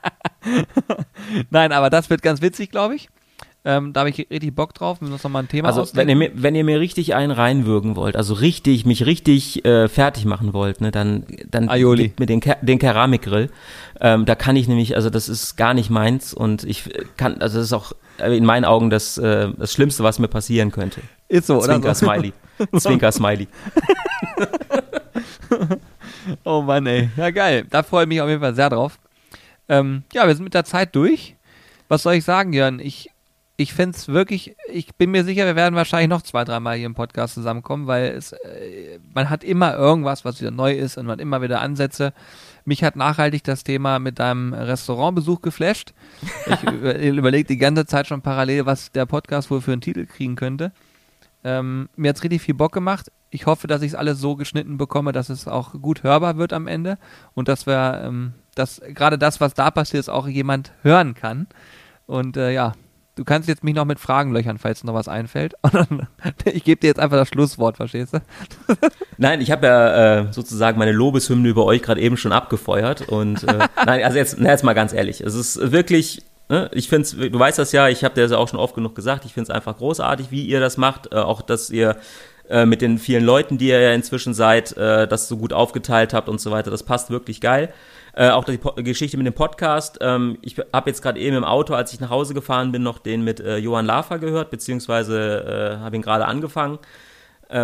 Nein, aber das wird ganz witzig, glaube ich. Da habe ich richtig Bock drauf. Wir müssen uns nochmal ein Thema ausdenken. Wenn ihr mir richtig einen reinwürgen wollt, also mich richtig fertig machen wollt, ne, dann gebt mir den Keramikgrill. Da kann ich nämlich, also das ist gar nicht meins und ich kann, also das ist auch in meinen Augen das Schlimmste, was mir passieren könnte. Ist so, oder? Zwinker-Smiley. Zwinker-Smiley. Oh Mann, ey. Ja, geil. Da freue ich mich auf jeden Fall sehr drauf. Ja, wir sind mit der Zeit durch. Was soll ich sagen, Jörn? Ich finde es wirklich, ich bin mir sicher, wir werden wahrscheinlich noch 2-3 Mal hier im Podcast zusammenkommen, weil man hat immer irgendwas, was wieder neu ist und man hat immer wieder Ansätze. Mich hat nachhaltig das Thema mit deinem Restaurantbesuch geflasht. Ich überlege die ganze Zeit schon parallel, was der Podcast wohl für einen Titel kriegen könnte. Mir hat es richtig viel Bock gemacht. Ich hoffe, dass ich es alles so geschnitten bekomme, dass es auch gut hörbar wird am Ende und dass wir, dass gerade das, was da passiert, auch jemand hören kann. Und ja, du kannst jetzt mich noch mit Fragen löchern, falls noch was einfällt. Ich gebe dir jetzt einfach das Schlusswort, verstehst du? Nein, ich habe ja sozusagen meine Lobeshymne über euch gerade eben schon abgefeuert. Und nein, also jetzt mal ganz ehrlich. Es ist wirklich, ne, ich finde es, du weißt das ja, ich habe dir das ja auch schon oft genug gesagt, ich finde es einfach großartig, wie ihr das macht. Auch, dass ihr mit den vielen Leuten, die ihr ja inzwischen seid, das so gut aufgeteilt habt und so weiter. Das passt wirklich geil. Auch die Geschichte mit dem Podcast. Ich habe jetzt gerade eben im Auto, als ich nach Hause gefahren bin, noch den mit Johann Lafer gehört, beziehungsweise habe ihn gerade angefangen.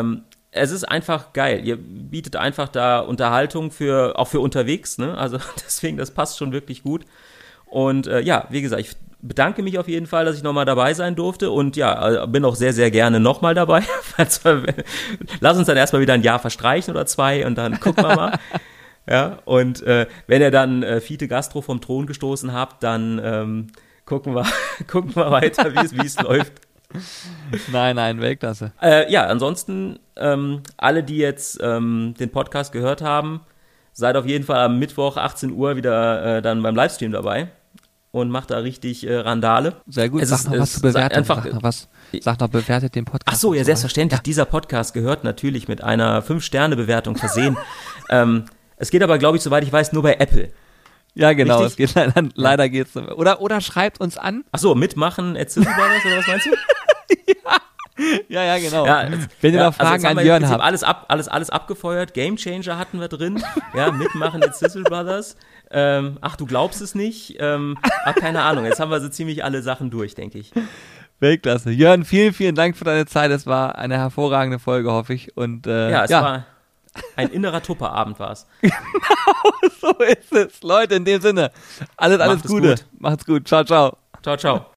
es ist einfach geil. Ihr bietet einfach da Unterhaltung auch für unterwegs, ne? Also deswegen, das passt schon wirklich gut. Und wie gesagt, ich bedanke mich auf jeden Fall, dass ich nochmal dabei sein durfte und bin auch sehr, sehr gerne nochmal dabei. Lass uns dann erstmal wieder ein Jahr verstreichen oder 2 und dann gucken wir mal. Ja, und wenn ihr dann Fiete Gastro vom Thron gestoßen habt, dann gucken wir weiter, wie es läuft. Nein, Weltklasse. Ansonsten, alle, die jetzt den Podcast gehört haben, seid auf jeden Fall am Mittwoch 18 Uhr wieder dann beim Livestream dabei und macht da richtig Randale. Sehr gut. Sag noch was zu bewerten. Sag noch, bewertet den Podcast. Ach so, ja, selbstverständlich. Ja. Dieser Podcast gehört natürlich mit einer 5-Sterne-Bewertung versehen. Es geht aber, glaube ich, soweit ich weiß, nur bei Apple. Ja, genau. Richtig? Es geht leider geht's. Oder schreibt uns an. Ach so, mitmachen @sizzlebrothers oder was meinst du? Ja, genau. Ja, wenn ihr noch Fragen an Jörn habt. Alles abgefeuert. Gamechanger hatten wir drin. Ja, mitmachen @sizzlebrothers. Du glaubst es nicht. Keine Ahnung. Jetzt haben wir so ziemlich alle Sachen durch, denke ich. Weltklasse. Jörn, vielen, vielen Dank für deine Zeit. Es war eine hervorragende Folge, hoffe ich. Und es war ein innerer Tupperabend war es. Genau, so ist es. Leute, in dem Sinne, alles Gute. Gut. Macht's gut. Ciao, ciao. Ciao, ciao.